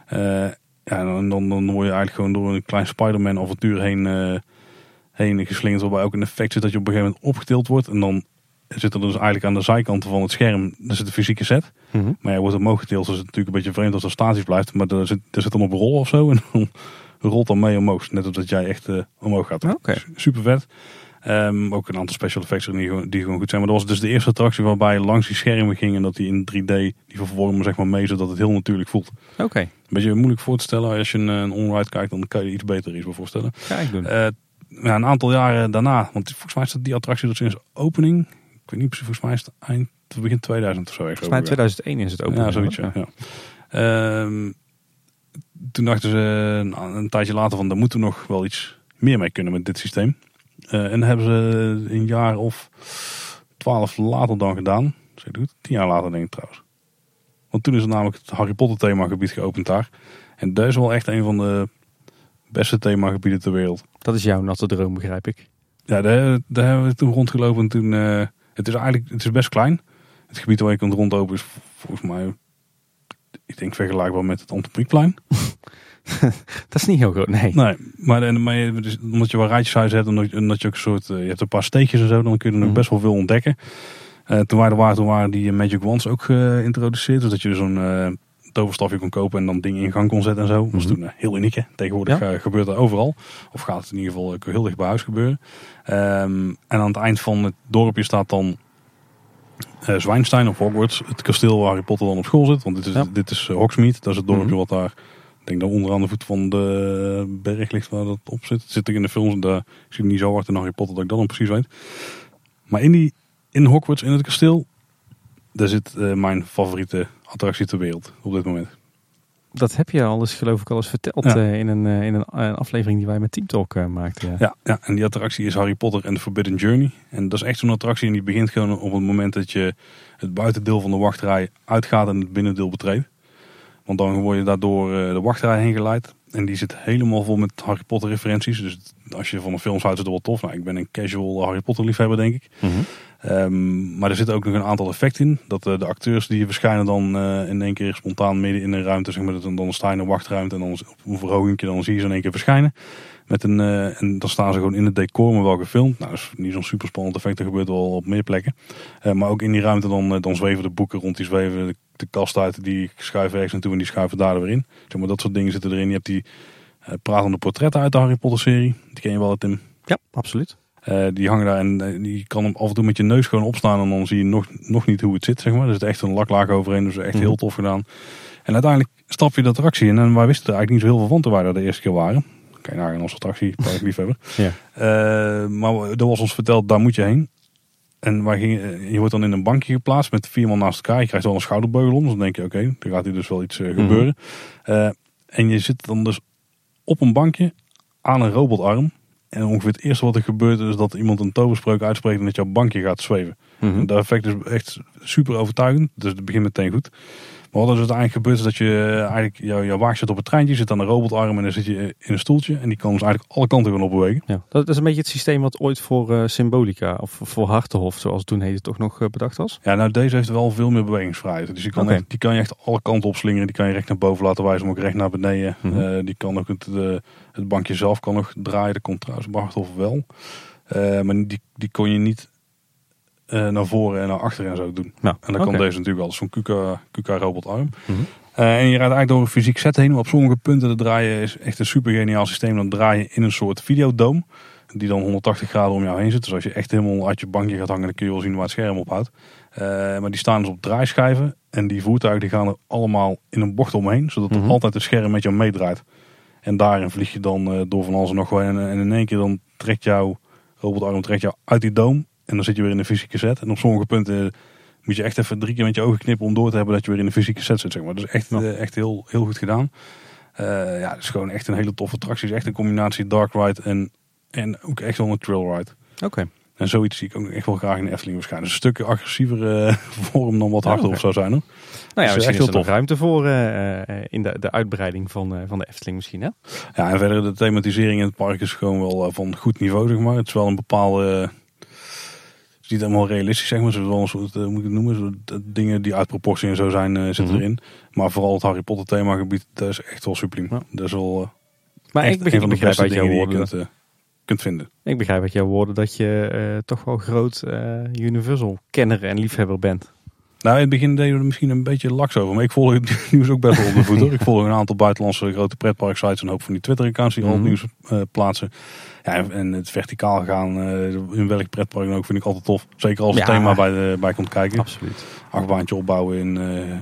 En dan word je eigenlijk gewoon door een klein Spider-Man avontuur heen geslingerd. Waarbij ook een effect zit dat je op een gegeven moment opgetild wordt. En dan zit er dus eigenlijk aan de zijkanten van het scherm, daar zit een fysieke set. Maar je wordt omhoog getild, dus het is natuurlijk een beetje vreemd als dat statisch blijft. Maar er zit dan op een rol of zo en dan rolt dan mee omhoog. Net als dat jij echt omhoog gaat. Okay. Super vet. Ook een aantal special effects die gewoon goed zijn. Maar dat was dus de eerste attractie waarbij je langs die schermen ging en dat die in 3D, die vervormen zeg maar mee, zodat het heel natuurlijk voelt. Oké. Een beetje moeilijk voor te stellen. Als je een onride kijkt, dan kan je iets beter iets bij voorstellen. Kijk doen. Een aantal jaren daarna, want volgens mij is dat die attractie dat sinds opening, ik weet niet precies, volgens mij is het begin 2000 of zo. Volgens mij 2001 is het opening. Ja, zoiets. Ja. Toen dachten ze een tijdje later van, daar moeten we nog wel iets meer mee kunnen met dit systeem. En dat hebben ze een jaar of 12 later dan gedaan. Zeg ik goed? 10 jaar later denk ik trouwens. Want toen is er namelijk het Harry Potter themagebied geopend daar. En dat is wel echt een van de beste themagebieden ter wereld. Dat is jouw natte droom, begrijp ik. Ja, daar hebben we toen rondgelopen. En toen, het is best klein. Het gebied waar je kunt rondlopen is volgens mij, ik denk vergelijkbaar met het Antropiekplein. Dat is niet heel groot, nee. Maar omdat je wel rijtjeshuizen hebt, omdat je ook een soort, je hebt een paar steekjes en zo, dan kun je er nog best wel veel ontdekken. Toen wij er waren, waren die Magic Wands ook geïntroduceerd. Dus dat je zo'n toverstafje kon kopen en dan dingen in gang kon zetten en zo. Dat was toen heel uniek. Hè? Tegenwoordig gebeurt dat overal. Of gaat het in ieder geval heel dicht bij huis gebeuren. En aan het eind van het dorpje staat dan Zwijnstein of Hogwarts. Het kasteel waar Harry Potter dan op school zit. Want dit is Hogsmeade. Dat is het dorpje wat daar denk dat onderaan de voet van de berg ligt waar dat op zit. Het zit er in de films en daar zie ik niet zo hard in Harry Potter dat ik dat dan precies weet. Maar in Hogwarts, in het kasteel, daar zit mijn favoriete attractie ter wereld op dit moment. Dat heb je al eens, geloof ik, al eens verteld in een aflevering die wij met Team Talk maakten. Ja, en die attractie is Harry Potter and the Forbidden Journey. En dat is echt zo'n attractie en die begint gewoon op het moment dat je het buitendeel van de wachtrij uitgaat en het binnendeel betreedt. Want dan word je daardoor de wachtrij heen geleid. En die zit helemaal vol met Harry Potter referenties. Dus als je van de films houdt, is het wel tof. Nou, ik ben een casual Harry Potter liefhebber, denk ik. Mm-hmm. Maar er zitten ook nog een aantal effecten in. Dat de acteurs die verschijnen dan in één keer spontaan midden in een ruimte. Zeg maar, dan sta je in een wachtruimte en dan op een verhoging dan zie je ze in één keer verschijnen. En dan staan ze gewoon in het decor, maar wel gefilmd. Nou, dat is niet zo'n super spannend effect. Dat gebeurt wel op meer plekken. Maar ook in die ruimte dan zweven de boeken rond. Die zweven de kast uit. Die schuiven ergens naartoe en die schuiven daar weer in. Zeg maar, dat soort dingen zitten erin. Je hebt die pratende portretten uit de Harry Potter serie. Die ken je wel, Tim. Ja, absoluut. Die hangen daar en die kan hem af en toe met je neus gewoon opstaan. En dan zie je nog niet hoe het zit, zeg maar. Er zit echt een laklaag overheen. Dus echt heel tof gedaan. En uiteindelijk stap je de attractie in. En wij wisten er eigenlijk niet zo heel veel van toen wij daar de eerste keer waren. Kan je nagaan als attractie, park liefhebber. Ja. Maar er was ons verteld, daar moet je heen. En je wordt dan in een bankje geplaatst met 4 man naast elkaar. Je krijgt wel een schouderbeugel om. Dus dan denk je, oké, er gaat hier dus wel iets gebeuren. En je zit dan dus op een bankje aan een robotarm. En ongeveer het eerste wat er gebeurt is dat iemand een toverspreuk uitspreekt en dat jouw bankje gaat zweven. En dat effect is echt super overtuigend. Dus het begint meteen goed. Maar wat er dus uiteindelijk gebeurt is dat je eigenlijk jouw wagen zit op het treintje, zit aan een robotarm en dan zit je in een stoeltje. En die kan dus eigenlijk alle kanten gaan opbewegen. Ja, dat is een beetje het systeem wat ooit voor Symbolica of voor Hartenhof, zoals het toen heette, toch nog bedacht was? Ja, nou deze heeft wel veel meer bewegingsvrijheid. Dus die kan je echt alle kanten opslingeren. Die kan je recht naar boven laten wijzen, maar ook recht naar beneden. Die kan ook het bankje zelf kan nog draaien. Dat komt trouwens bij Hartenhof wel. Maar die kon je niet naar voren en naar achteren en zo doen. Nou, en dat kan deze natuurlijk wel. Zo'n QK-robotarm. En je rijdt eigenlijk door een fysiek set heen. Maar op sommige punten te draaien is echt een super geniaal systeem. Dan draai je in een soort videodoom. Die dan 180 graden om jou heen zit. Dus als je echt helemaal uit je bankje gaat hangen, dan kun je wel zien waar het scherm op houdt. Maar die staan dus op draaischijven. En die voertuigen die gaan er allemaal in een bocht omheen. Zodat altijd het scherm met jou meedraait. En daarin vlieg je dan door van alles en nog wat. En in één keer dan trekt jouw robotarm uit die doom. En dan zit je weer in een fysieke set. En op sommige punten moet je echt even 3 keer met je ogen knippen om door te hebben dat je weer in een fysieke set zit. Zeg maar. Dus echt heel, heel goed gedaan. Het is gewoon echt een hele toffe attractie. Het is echt een combinatie dark ride en ook echt wel een trail ride. Oké. En zoiets zie ik ook echt wel graag in de Efteling waarschijnlijk. Dus een stukje agressievere vorm dan wat Hartenhof zou zijn. Hoor. Nou ja, dus echt is er nog ruimte voor in de uitbreiding van de Efteling misschien. Hè? Ja, en verder de thematisering in het park is gewoon wel van goed niveau. Zeg maar. Het is wel een bepaalde... Het is niet helemaal realistisch, zeg maar. Ze wel een soort, moet ik het noemen, soort dingen die uit proportie en zo zijn, zitten erin. Maar vooral het Harry Potter themagebied, dat is echt wel subliem. Ja. Dat is wel maar ik begrijp uit jouw woorden die je kunt vinden. Ik begrijp uit jouw woorden dat je toch wel groot Universal kenner en liefhebber bent. Nou, in het begin deden we er misschien een beetje laks over. Maar ik volg het nieuws ook best wel onder de voet. Hoor. Ik volg een aantal buitenlandse grote pretparksites en een hoop van die Twitter-accounts die al het nieuws plaatsen. Ja, en het verticaal gaan in welk pretpark dan ook vind ik altijd tof. Zeker als het thema bij komt kijken. Absoluut. Achtbaantje opbouwen in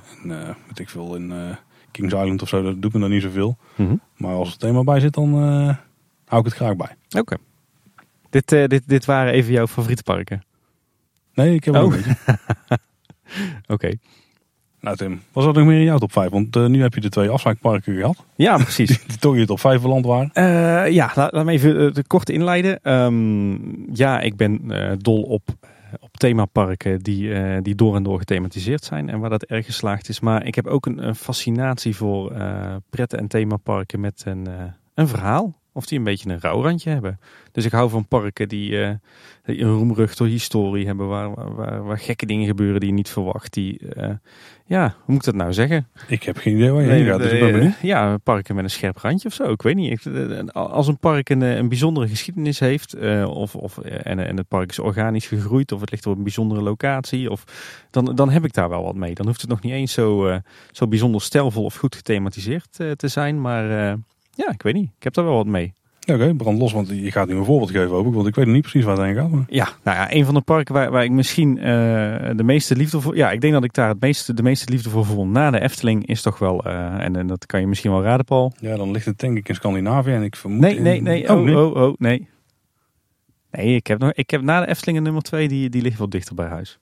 Kings Island of zo. Dat doet me dan niet zoveel. Maar als het thema bij zit, dan hou ik het graag bij. Oké. Dit waren even jouw favoriete parken? Nee, ik heb ook een beetje. Oké. Nou Tim, was er nog meer in jouw top 5? Want nu heb je de 2 afspraakparken gehad. Ja, precies. Die toch in je top 5 beland waren. Laat me even de korte inleiden. Ik ben dol op themaparken die door en door gethematiseerd zijn. En waar dat erg geslaagd is. Maar ik heb ook een fascinatie voor pretten en themaparken met een verhaal. Of die een beetje een rouwrandje hebben. Dus ik hou van parken die een roemruchte historie hebben. Waar gekke dingen gebeuren die je niet verwacht. Hoe moet ik dat nou zeggen? Ik heb geen idee waar je heen gaat. Dus ik ben benieuwd. Ja, parken met een scherp randje of zo. Ik weet niet. Als een park een bijzondere geschiedenis heeft. En het park is organisch gegroeid. Of het ligt op een bijzondere locatie. Dan heb ik daar wel wat mee. Dan hoeft het nog niet eens zo bijzonder stijlvol of goed gethematiseerd te zijn. Maar... ik weet niet. Ik heb daar wel wat mee. Oké, brand los, want je gaat nu een voorbeeld geven hoop ik, want ik weet nog niet precies waar het heen gaat. Maar... Ja, nou ja, een van de parken waar ik misschien de meeste liefde voor... Ja, ik denk dat ik daar de meeste liefde voor voel na de Efteling is toch wel... en dat kan je misschien wel raden, Paul. Ja, dan ligt het denk ik in Scandinavië en ik vermoed... Nee. Nee. Nee, ik heb na de Efteling een nummer 2, die ligt wel dichter bij huis.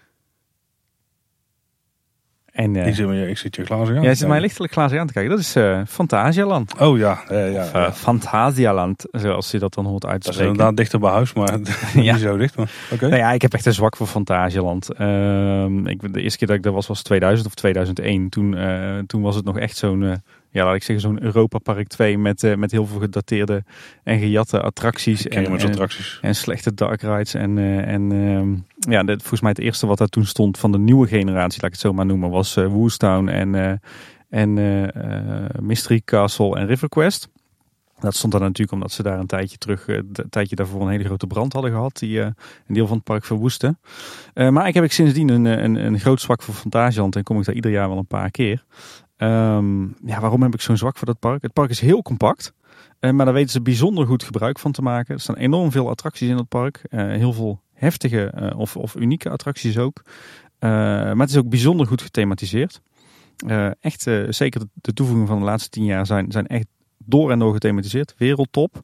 En, ik zit je glazen aan. Jij zit mij lichtelijk glazen aan te kijken. Dat is Phantasialand. Oh ja. Phantasialand, zoals je dat dan hoort Dat uitspreken. is inderdaad dichter bij huis, maar niet zo dicht. Maar, okay. Nou ja, ik heb echt een zwak voor Phantasialand. De eerste keer dat ik daar was 2000 of 2001. Toen was het nog echt zo'n... laat ik zeggen, zo'n Europa Park 2 met heel veel gedateerde en gejatte attracties. En slechte dark rides. Volgens mij het eerste wat daar toen stond van de nieuwe generatie, laat ik het zo maar noemen, was Woostown en Mystery Castle en River Quest. Dat stond daar natuurlijk omdat ze daar een tijdje daarvoor een hele grote brand hadden gehad. Die een deel van het park verwoestte. Maar ik heb sindsdien een groot zwak voor Phantasialand en kom ik daar ieder jaar wel een paar keer. Waarom heb ik zo'n zwak voor dat park? Het park is heel compact. Maar daar weten ze bijzonder goed gebruik van te maken. Er staan enorm veel attracties in dat park. Heel veel heftige of unieke attracties ook. Maar het is ook bijzonder goed gethematiseerd. Zeker de toevoegingen van de laatste 10 jaar zijn echt door en door gethematiseerd. Wereldtop.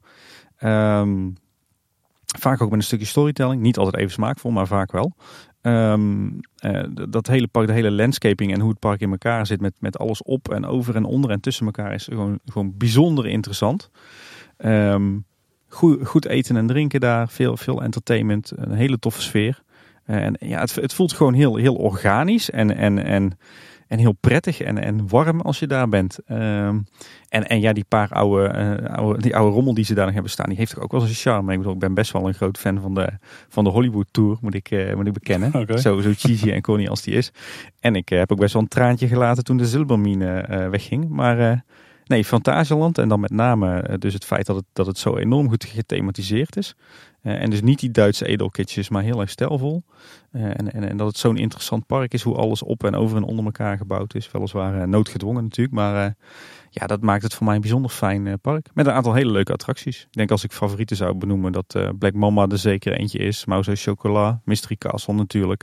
Vaak ook met een stukje storytelling. Niet altijd even smaakvol, maar vaak wel. Dat hele park, de hele landscaping en hoe het park in elkaar zit met alles op en over en onder en tussen elkaar is gewoon bijzonder interessant. Goed eten en drinken daar, veel entertainment, een hele toffe sfeer. Het voelt gewoon heel organisch en heel prettig en warm als je daar bent. Die paar oude rommel die ze daar nog hebben staan, die heeft toch ook wel eens een charme. Ik ben best wel een groot fan van de Hollywood Tour, moet ik bekennen. Okay. Zo cheesy en corny als die is. En ik heb ook best wel een traantje gelaten toen de Zilbermine wegging. Maar Phantasialand en dan met name dus het feit dat het zo enorm goed gethematiseerd is. En dus niet die Duitse edelkitjes, maar heel erg stijlvol. En dat het zo'n interessant park is, hoe alles op en over en onder elkaar gebouwd is. Weliswaar noodgedwongen natuurlijk, maar dat maakt het voor mij een bijzonder fijn park. Met een aantal hele leuke attracties. Ik denk als ik favorieten zou benoemen dat Black Mamba er zeker eentje is. Mouse Chocolat, Mystery Castle natuurlijk.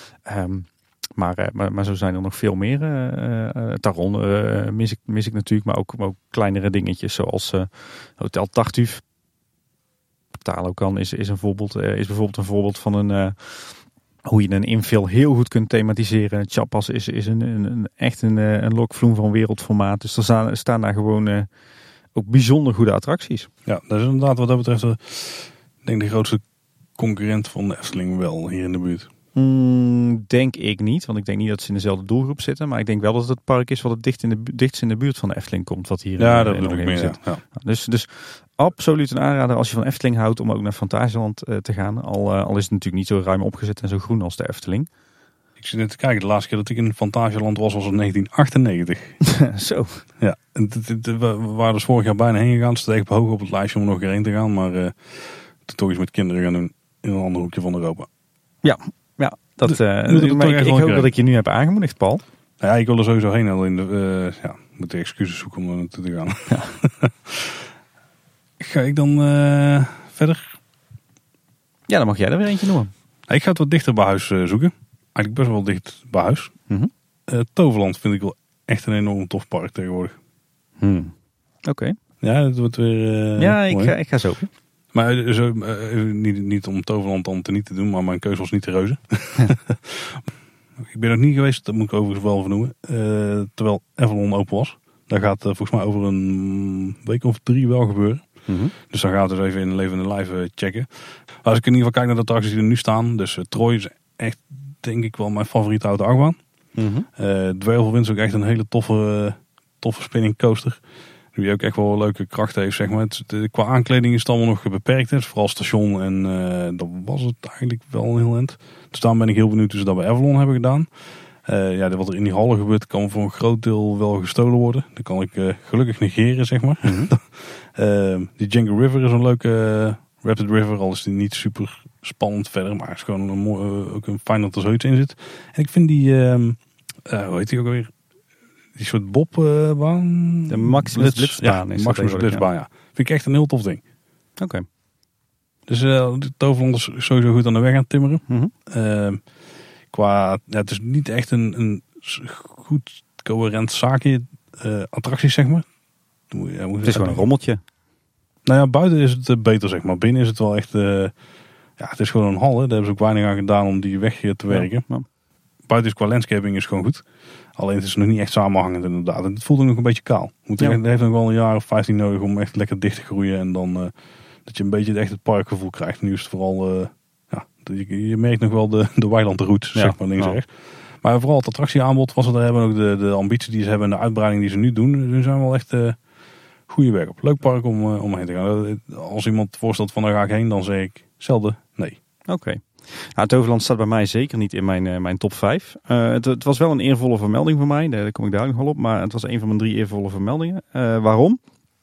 Maar zo zijn er nog veel meer. Taron mis ik natuurlijk, maar ook kleinere dingetjes zoals Hotel Tartuffe. Talokan is bijvoorbeeld een voorbeeld van hoe je een infill heel goed kunt thematiseren. Chiapas is echt een lokvloem van wereldformaat. Dus er staan daar gewoon ook bijzonder goede attracties. Ja, dat is inderdaad wat dat betreft denk de grootste concurrent van de Efteling wel hier in de buurt. Denk ik niet, want ik denk niet dat ze in dezelfde doelgroep zitten. Maar ik denk wel dat het park is wat het dichtst in de buurt van de Efteling komt. Wat hier dat bedoel ik meer, zit. Ja. Dus absoluut een aanrader als je van Efteling houdt om ook naar Phantasialand te gaan. Al is het natuurlijk niet zo ruim opgezet en zo groen als de Efteling. Ik zit net te kijken, de laatste keer dat ik in Phantasialand was in 1998. Zo. Ja, we waren dus vorig jaar bijna heen gegaan. Steeg op hoog op het lijstje om er nog een heen te gaan. Maar toen toch eens met kinderen gaan doen in een ander hoekje van Europa. Ja. Ik hoop dat ik je nu heb aangemoedigd, Paul. Ja, ik wil er sowieso heen. Alleen moet de excuses zoeken om er naartoe te gaan. Ja. Ga ik dan verder? Ja, dan mag jij er weer eentje noemen. Ik ga het wat dichter bij huis zoeken. Eigenlijk best wel dicht bij huis. Mm-hmm. Toverland vind ik wel echt een enorm tof park tegenwoordig. Oké. Ja, het wordt weer ik ga zoeken. Maar niet om Toverland dan niet te doen, maar mijn keuze was niet de reuze. Ik ben nog niet geweest, dat moet ik overigens wel vernoemen. Terwijl Avalon open was. Dat gaat volgens mij over een week of 3 wel gebeuren. Mm-hmm. Dus dan gaat het even in levende live checken. Maar als ik in ieder geval kijk naar de attracties die er nu staan. Dus Troy is echt, denk ik wel, mijn favoriete oude achtbaan. Mm-hmm. Dwervelwind is ook echt een hele toffe spinning coaster. Die ook echt wel leuke kracht heeft, zeg maar. Qua aankleding is het allemaal nog beperkt. Hè. Vooral station en dat was het eigenlijk wel heel eind. Dus daarom ben ik heel benieuwd hoe ze dat bij Avalon hebben gedaan. Wat er in die hallen gebeurt kan voor een groot deel wel gestolen worden. Dat kan ik gelukkig negeren, zeg maar. Mm-hmm. Die Django River is een leuke Rapid River. Al is die niet super spannend verder. Maar het is gewoon ook een fijn dat er zoiets in zit. En ik vind die, hoe heet die ook alweer? Die soort bobbaan. De Maximus Blitzbaan. Ja, Maximus Blitzbaan, ja. Vind ik echt een heel tof ding. Oké. Dus Toverland is sowieso goed aan de weg aan het timmeren. Het is niet echt een goed coherent zaakje, attracties zeg maar. Het is gewoon een rommeltje. Nou ja, buiten is het beter zeg maar. Binnen is het wel echt, het is gewoon een hal. Hè. Daar hebben ze ook weinig aan gedaan om die weg te werken. Ja. Buiten is qua landscaping is gewoon goed. Alleen het is nog niet echt samenhangend inderdaad. En het voelt ook nog een beetje kaal. Het heeft nog wel een jaar of 15 nodig om echt lekker dicht te groeien. En dan dat je een beetje echt het parkgevoel krijgt. Nu is het vooral, je merkt nog wel de weilandroute, zeg maar, links en rechts. Maar vooral het attractieaanbod was er. Daar hebben ook de ambitie die ze hebben en de uitbreiding die ze nu doen. Ze zijn wel echt goede werk op. Leuk park om heen te gaan. Als iemand voorstelt van daar ga ik heen, dan zeg ik zelden nee. Oké. Nou, Toverland staat bij mij zeker niet in mijn top 5. Het was wel een eervolle vermelding voor mij. Daar kom ik dadelijk nog wel op. Maar het was een van mijn 3 eervolle vermeldingen. Waarom?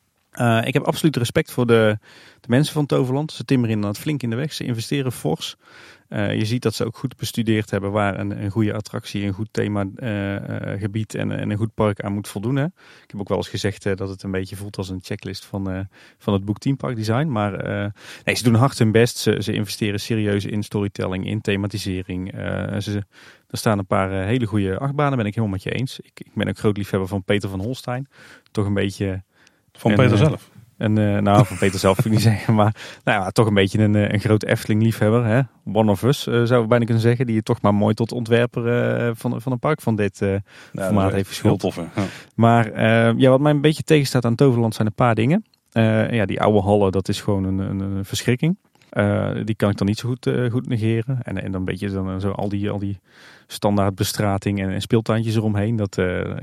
Ik heb absoluut respect voor de mensen van Toverland. Ze timmeren inderdaad flink in de weg. Ze investeren fors. Je ziet dat ze ook goed bestudeerd hebben waar een goede attractie, een goed themagebied en een goed park aan moet voldoen. Hè. Ik heb ook wel eens gezegd dat het een beetje voelt als een checklist van het boek Theme Park Design. Maar ze doen hard hun best. Ze investeren serieus in storytelling, in thematisering. Er staan een paar hele goede achtbanen, ben ik helemaal met je eens. Ik ben ook groot liefhebber van Peter van Holstein. Toch een beetje... Van Peter zelf? Van Peter zelf wil ik niet zeggen, maar toch een beetje een groot Efteling-liefhebber. Hè? One of us, zou ik bijna kunnen zeggen. Die je toch maar mooi tot ontwerper van een park van dit formaat heeft geschuld. Heel tof, hè? Ja. Maar wat mij een beetje tegenstaat aan Toverland zijn een paar dingen. Die oude hallen, dat is gewoon een verschrikking. Die kan ik dan niet zo goed negeren. En dan een beetje zo al die standaard bestrating en speeltuintjes eromheen. Dat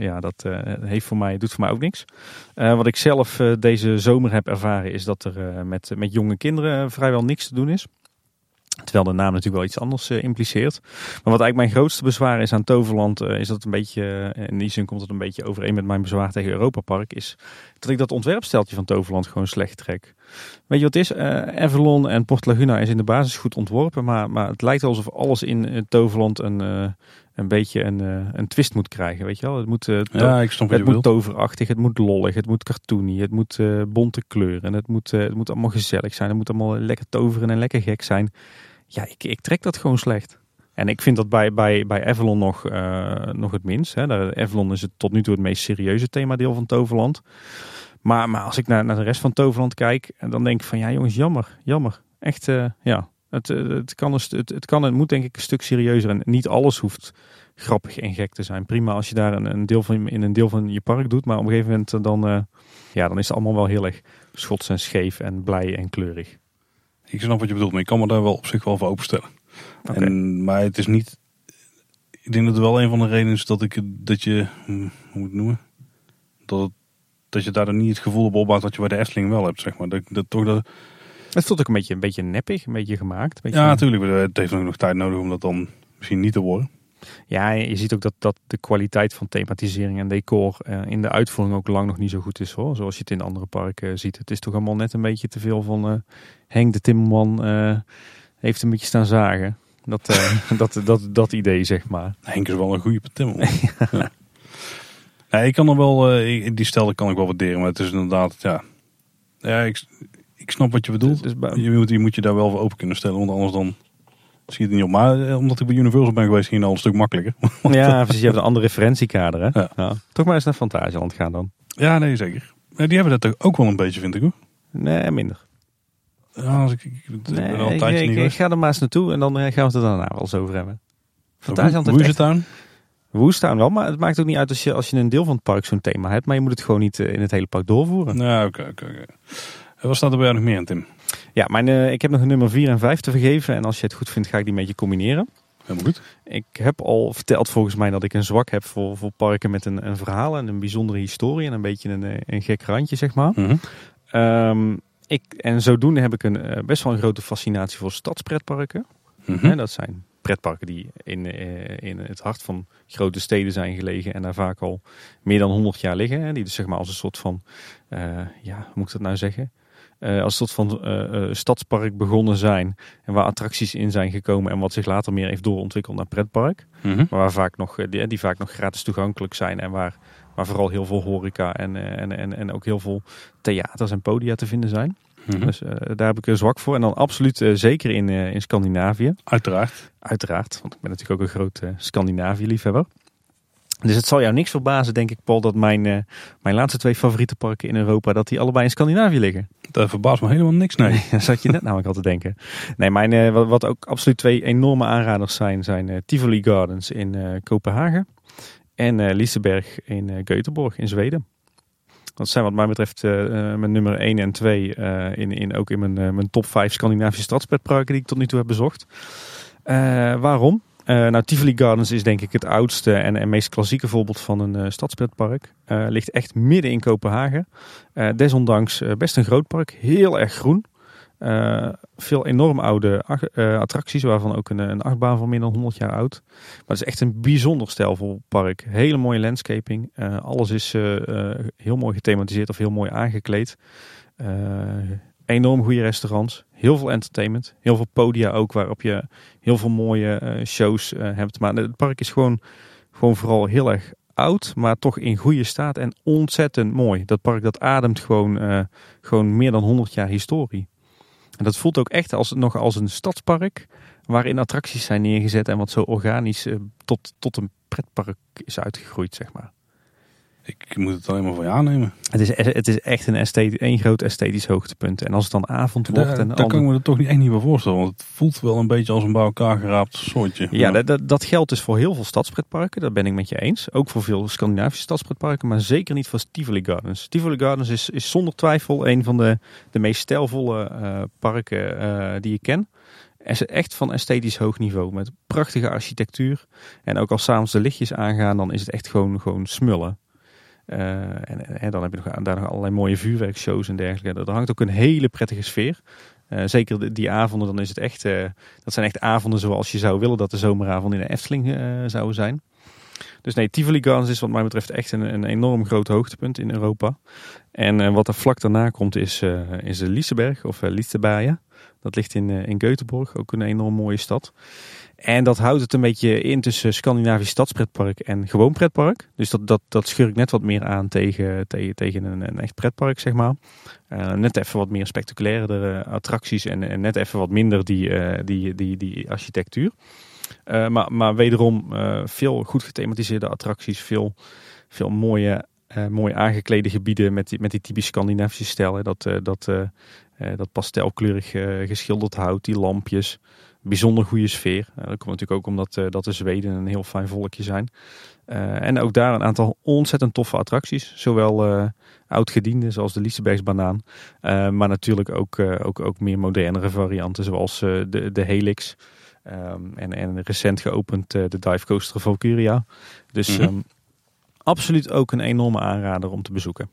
doet voor mij ook niks. Wat ik zelf deze zomer heb ervaren is dat er met jonge kinderen vrijwel niks te doen is. Terwijl de naam natuurlijk wel iets anders impliceert. Maar wat eigenlijk mijn grootste bezwaar is aan Toverland, is dat een beetje, in die zin komt het een beetje overeen met mijn bezwaar tegen Europa Park, is dat ik dat ontwerpsteltje van Toverland gewoon slecht trek. Weet je wat het is? Avalon en Port Laguna is in de basis goed ontworpen, maar het lijkt alsof alles in Toverland een beetje een twist moet krijgen, weet je wel? Het moet, ik snap wat je moet toverachtig, het moet lollig, het moet cartoony, het moet bonte kleuren, het moet allemaal gezellig zijn, het moet allemaal lekker toveren en lekker gek zijn. Ja, ik trek dat gewoon slecht. En ik vind dat bij Avalon nog het minst. Hè. Avalon is het tot nu toe het meest serieuze themadeel van Toverland. Maar als ik naar de rest van Toverland kijk, dan denk ik van ja jongens, jammer. Echt, het moet denk ik een stuk serieuzer. En niet alles hoeft grappig en gek te zijn. Prima als je daar een deel van je park doet. Maar op een gegeven moment dan is het allemaal wel heel erg schots en scheef en blij en kleurig. Ik snap wat je bedoelt, maar ik kan me daar wel op zich wel voor openstellen. Okay. Maar het is niet... Ik denk dat het wel een van de redenen is dat je... Hoe moet ik het noemen? Dat je daar dan niet het gevoel op opbouwt dat je bij de Efteling wel hebt, zeg maar. Het voelt ook een beetje neppig, een beetje gemaakt. Ja, natuurlijk. Het heeft nog tijd nodig om dat dan misschien niet te worden. Ja, je ziet ook dat de kwaliteit van thematisering en decor in de uitvoering ook lang nog niet zo goed is, hoor. Zoals je het in andere parken ziet. Het is toch allemaal net een beetje te veel van Henk de Timmerman heeft een beetje staan zagen. Dat idee, zeg maar. Henk is wel een goede Timmerman. Ja. Ja, ik kan er wel, die stelde kan ik wel waarderen, maar het is inderdaad, ik snap wat je bedoelt. Dus je moet je daar wel voor open kunnen stellen, want anders dan zie je het niet op. Maar omdat ik bij Universal ben geweest, ging het al een stuk makkelijker. Ja, precies. Je hebt een andere referentiekader, hè? Ja. Ja. Toch maar eens naar Fantasieland gaan dan. Ja, nee, zeker. Ja, die hebben dat ook wel een beetje, vind ik, hoor. Nee, minder. Ja, ik ga er maar eens naartoe en dan gaan we het er daarna wel eens over hebben. Fantasieland heeft echt... Woestijn wel, maar het maakt ook niet uit als je een deel van het park zo'n thema hebt. Maar je moet het gewoon niet in het hele park doorvoeren. Ja, oké. Wat staat er bij jou nog meer in, Tim? Ja, ik heb nog een nummer 4 en 5 te vergeven. En als je het goed vindt, ga ik die met je combineren. Helemaal goed. Ik heb al verteld volgens mij dat ik een zwak heb voor parken met een verhaal en een bijzondere historie. En een beetje een gek randje, zeg maar. Mm-hmm. En zodoende heb ik best wel een grote fascinatie voor stadspretparken. Mm-hmm. Dat zijn pretparken die in het hart van grote steden zijn gelegen en daar vaak al meer dan 100 jaar liggen. Hè, die dus zeg maar als een soort van, hoe moet ik dat nou zeggen? Als een soort van stadspark begonnen zijn en waar attracties in zijn gekomen en wat zich later meer heeft doorontwikkeld naar pretpark. Mm-hmm. Maar waar vaak nog, die vaak nog gratis toegankelijk zijn en waar waar vooral heel veel horeca en ook heel veel theaters en podia te vinden zijn. Mm-hmm. Dus daar heb ik een zwak voor. En dan absoluut zeker in Scandinavië. Uiteraard, want ik ben natuurlijk ook een groot Scandinavië-liefhebber. Dus het zal jou niks verbazen, denk ik, Paul, dat mijn laatste 2 favoriete parken in Europa, dat die allebei in Scandinavië liggen. Dat verbaast me helemaal niks, nee. Dat zat je net namelijk al te denken. Nee, wat ook absoluut 2 enorme aanraders zijn Tivoli Gardens in Kopenhagen en Liseberg in Göteborg in Zweden. Dat zijn wat mij betreft mijn nummer 1 en 2 ook in mijn top 5 Scandinavische stadspretparken die ik tot nu toe heb bezocht. Waarom? Tivoli Gardens is denk ik het oudste en meest klassieke voorbeeld van een stadspretpark. Ligt echt midden in Kopenhagen. Desondanks best een groot park. Heel erg groen. Veel enorm oude attracties, waarvan ook een achtbaan van meer dan 100 jaar oud. Maar het is echt een bijzonder stijlvol park. Hele mooie landscaping. Alles is heel mooi gethematiseerd of heel mooi aangekleed. Enorm goede restaurants. Heel veel entertainment. Heel veel podia ook, waarop je heel veel mooie shows hebt. Maar het park is gewoon vooral heel erg oud, maar toch in goede staat en ontzettend mooi. Dat park dat ademt gewoon meer dan 100 jaar historie. En dat voelt ook echt als een stadspark waarin attracties zijn neergezet en wat zo organisch tot een pretpark is uitgegroeid, zeg maar. Ik moet het alleen maar voor je aannemen. Het is echt een groot esthetisch hoogtepunt. En als het dan avond wordt... Daar kan ik me er toch echt niet bij voorstellen. Want het voelt wel een beetje als een bij elkaar geraapt soortje. Ja, dat geldt dus voor heel veel stadspretparken. Dat ben ik met je eens. Ook voor veel Scandinavische stadspretparken. Maar zeker niet voor Tivoli Gardens. Tivoli Gardens is zonder twijfel een van de meest stijlvolle parken die ik ken. Echt van esthetisch hoog niveau. Met prachtige architectuur. En ook als 's avonds de lichtjes aangaan, dan is het echt gewoon smullen. En dan heb je daar nog allerlei mooie vuurwerkshows en dergelijke. Er hangt ook een hele prettige sfeer. Zeker die avonden, dan is het echt... dat zijn echt avonden zoals je zou willen dat de zomeravonden in de Efteling zouden zijn. Dus nee, Tivoli Gardens is wat mij betreft echt een enorm groot hoogtepunt in Europa. En wat er vlak daarna komt is de Liseberg of Liseberg. Dat ligt in Göteborg, ook een enorm mooie stad. En dat houdt het een beetje in tussen Scandinavisch stadspretpark en gewoon pretpark. Dus dat schur ik net wat meer aan tegen een echt pretpark, zeg maar. Net even wat meer spectaculaire attracties en net even wat minder die architectuur. Maar wederom veel goed gethematiseerde attracties, veel mooie aangeklede gebieden met die typisch Scandinavische stijl. Dat pastelkleurig geschilderd hout, die lampjes. Bijzonder goede sfeer. Dat komt natuurlijk ook omdat de Zweden een heel fijn volkje zijn. En ook daar een aantal ontzettend toffe attracties. Zowel oudgediende zoals de Lisebergsbanaan. Maar natuurlijk ook meer modernere varianten zoals de Helix. En recent geopend de Dive Coaster Valkyria. Dus absoluut ook een enorme aanrader om te bezoeken.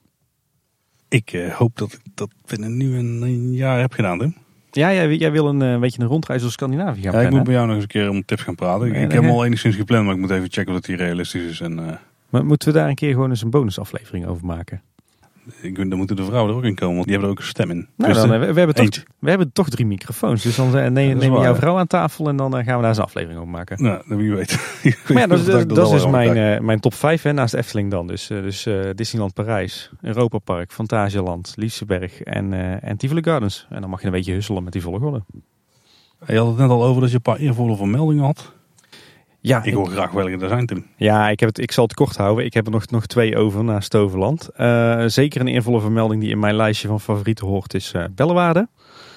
Ik hoop dat ik dat binnen nu een jaar heb gedaan, Tim. Ja, jij wil een beetje een rondreis door Scandinavië gaan plannen. Ik moet bij jou nog eens een keer om tips gaan praten. Ik heb hem al enigszins gepland, maar ik moet even checken of het hier realistisch is. Maar moeten we daar een keer gewoon eens een bonusaflevering over maken? Dan moeten de vrouwen er ook in komen, want die hebben er ook een stem in. Nou, dus we hebben toch 3 microfoons. Dus dan neem je jouw vrouw aan tafel en dan gaan we daar eens een aflevering over maken. Nou, wie weet. Maar dat is mijn top 5 hè, naast Efteling dan. Dus Disneyland Parijs, Europa Park, Fantasieland, Liseberg en Tivoli Gardens. En dan mag je een beetje husselen met die volgorde. Je had het net al over dat je een paar eervolle vermeldingen had. Ja, ik hoor graag welke er zijn, Tim. Ja, ik zal het kort houden. Ik heb er nog 2 over naast Toverland. Zeker een eervolle vermelding die in mijn lijstje van favorieten hoort is Bellewaarde.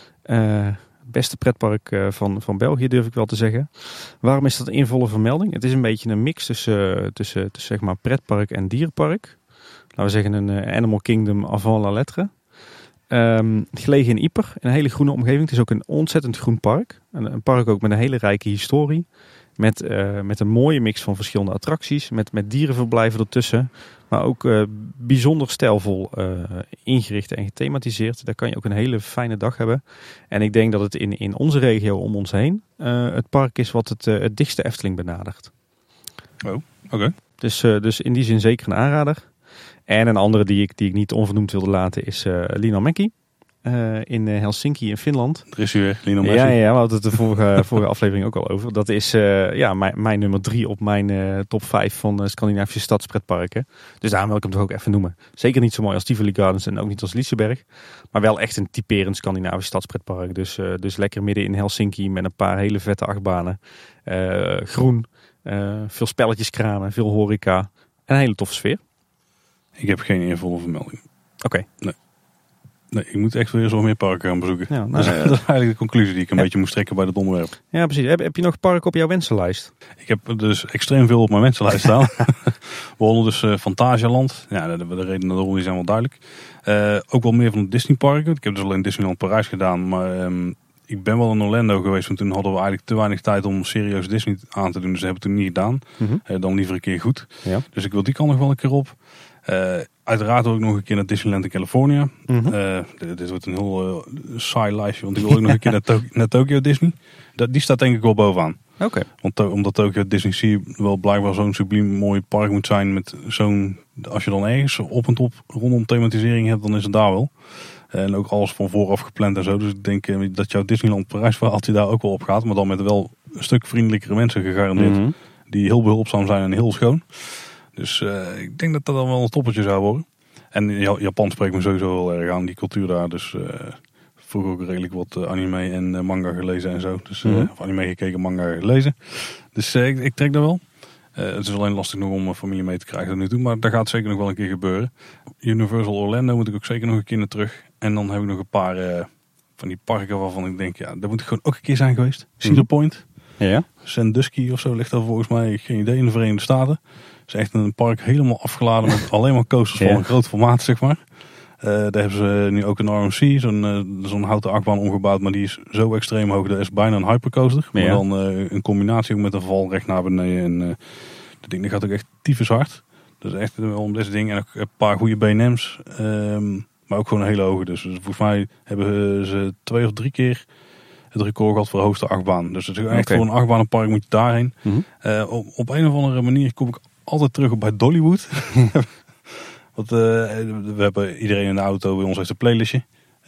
Beste pretpark van België, durf ik wel te zeggen. Waarom is dat een eervolle vermelding? Het is een beetje een mix tussen zeg maar pretpark en dierenpark. Laten we zeggen een Animal Kingdom avant la lettre. Gelegen in Ieper, een hele groene omgeving. Het is ook een ontzettend groen park. Een park ook met een hele rijke historie. Met een mooie mix van verschillende attracties. Met dierenverblijven ertussen. Maar ook bijzonder stijlvol ingericht en gethematiseerd. Daar kan je ook een hele fijne dag hebben. En ik denk dat het in onze regio om ons heen het park is wat het dichtste Efteling benadert. Oh, oké. Dus in die zin zeker een aanrader. En een andere die ik niet onvernoemd wilde laten is Lina Mäki. in Helsinki in Finland. Er is weer Lionel Messi. Ja, we hadden het de vorige aflevering ook al over. Dat is mijn nummer 3 op mijn top 5 van Scandinavische stadspretparken. Dus daarom wil ik hem toch ook even noemen. Zeker niet zo mooi als Tivoli Gardens en ook niet als Liseberg. Maar wel echt een typerend Scandinavisch stadspretpark. Dus lekker midden in Helsinki met een paar hele vette achtbanen. Groen, veel spelletjeskramen, veel horeca. En een hele toffe sfeer. Ik heb geen eervolle vermelding. Oké. Nee, ik moet echt weer eens wat meer parken gaan bezoeken. Ja, dat is eigenlijk de conclusie die ik een beetje moest trekken bij dit onderwerp. Ja, precies. Heb je nog parken op jouw wensenlijst? Ik heb dus extreem veel op mijn wensenlijst staan. Waaronder dus Fantasialand. Ja, de redenen daarom die zijn wel duidelijk. Ook wel meer van de Disneyparken. Ik heb dus alleen Disneyland Parijs gedaan. Maar ik ben wel in Orlando geweest. Want toen hadden we eigenlijk te weinig tijd om serieus Disney aan te doen. Dus dat hebben we toen niet gedaan. Mm-hmm. Dan liever een keer goed. Ja. Dus ik wil die kant nog wel een keer op. Uiteraard ook nog een keer naar Disneyland in California. Mm-hmm. Dit wordt een heel saai lijstje. Want ik wil ook nog een keer naar Tokyo Disney. Die staat denk ik wel bovenaan. Oké. Want omdat Tokyo Disney Sea wel blijkbaar zo'n subliem mooi park moet zijn. Met zo'n, als je dan ergens op en top rondom thematisering hebt, dan is het daar wel. En ook alles van vooraf gepland en zo. Dus ik denk dat jouw Disneyland Parijs verhaaltje daar ook wel op gaat. Maar dan met wel een stuk vriendelijkere mensen gegarandeerd. Mm-hmm. Die heel behulpzaam zijn en heel schoon. Dus ik denk dat dat dan wel een toppertje zou worden. En Japan spreekt me sowieso heel erg aan, die cultuur daar. Dus vroeger ook redelijk wat anime en manga gelezen en zo. Dus of anime gekeken, manga gelezen. Dus ik trek daar wel. Het is alleen lastig nog om familie mee te krijgen tot nu toe. Maar dat gaat zeker nog wel een keer gebeuren. Universal Orlando moet ik ook zeker nog een keer naar terug. En dan heb ik nog een paar van die parken waarvan ik denk, ja, daar moet ik gewoon ook een keer zijn geweest. Cedar Point. Ja. Sandusky of zo ligt daar volgens mij, geen idee, in de Verenigde Staten. Het is echt een park helemaal afgeladen met alleen maar coasters van een groot formaat, zeg maar. Daar hebben ze nu ook een RMC, zo'n houten achtbaan omgebouwd, maar die is zo extreem hoog. Dat is bijna een hypercoaster. Maar dan een combinatie ook met een val recht naar beneden. En dat ding gaat ook echt tyfus hard. Dat is echt wel om deze ding. En ook een paar goede B&M's. Maar ook gewoon een hele hoge. Dus volgens mij hebben ze 2 of 3 keer het record gehad voor de hoogste achtbaan. Dus het is echt voor een achtbanenpark moet je daarheen. Mm-hmm. Op een of andere manier kom ik altijd terug op bij Dollywood. Want we hebben iedereen in de auto, bij ons heeft een playlistje.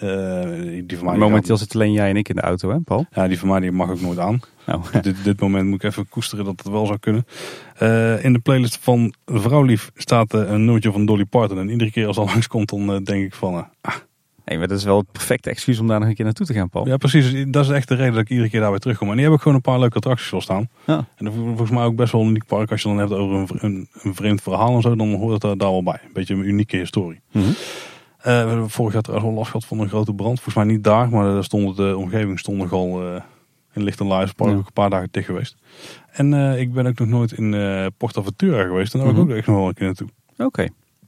Die van mij momenteel zit alleen jij en ik in de auto, hè Paul? Ja, die van mij die mag ook nooit aan. Oh. Dit moment moet ik even koesteren dat het wel zou kunnen. In de playlist van Vrouwlief staat een nummertje van Dolly Parton. En iedere keer als dat langskomt, dan denk ik van... Hey, maar dat is wel het perfecte excuus om daar nog een keer naartoe te gaan, Paul. Ja, precies. Dat is echt de reden dat ik iedere keer daar weer terugkom. En die heb ik gewoon een paar leuke attracties al staan. Ja. En dat volgens mij ook best wel een uniek park. Als je dan hebt over een vreemd verhaal en zo, dan hoort het daar wel bij. Een beetje een unieke historie. Mm-hmm. We hebben vorig jaar trouwens wel last gehad van een grote brand. Volgens mij niet daar, maar daar stond de omgeving stond nogal in licht en luister. Park ook een paar dagen dicht geweest. En ik ben ook nog nooit in PortAventura geweest. En daar heb ik ook echt nog wel een keer naartoe. Oké.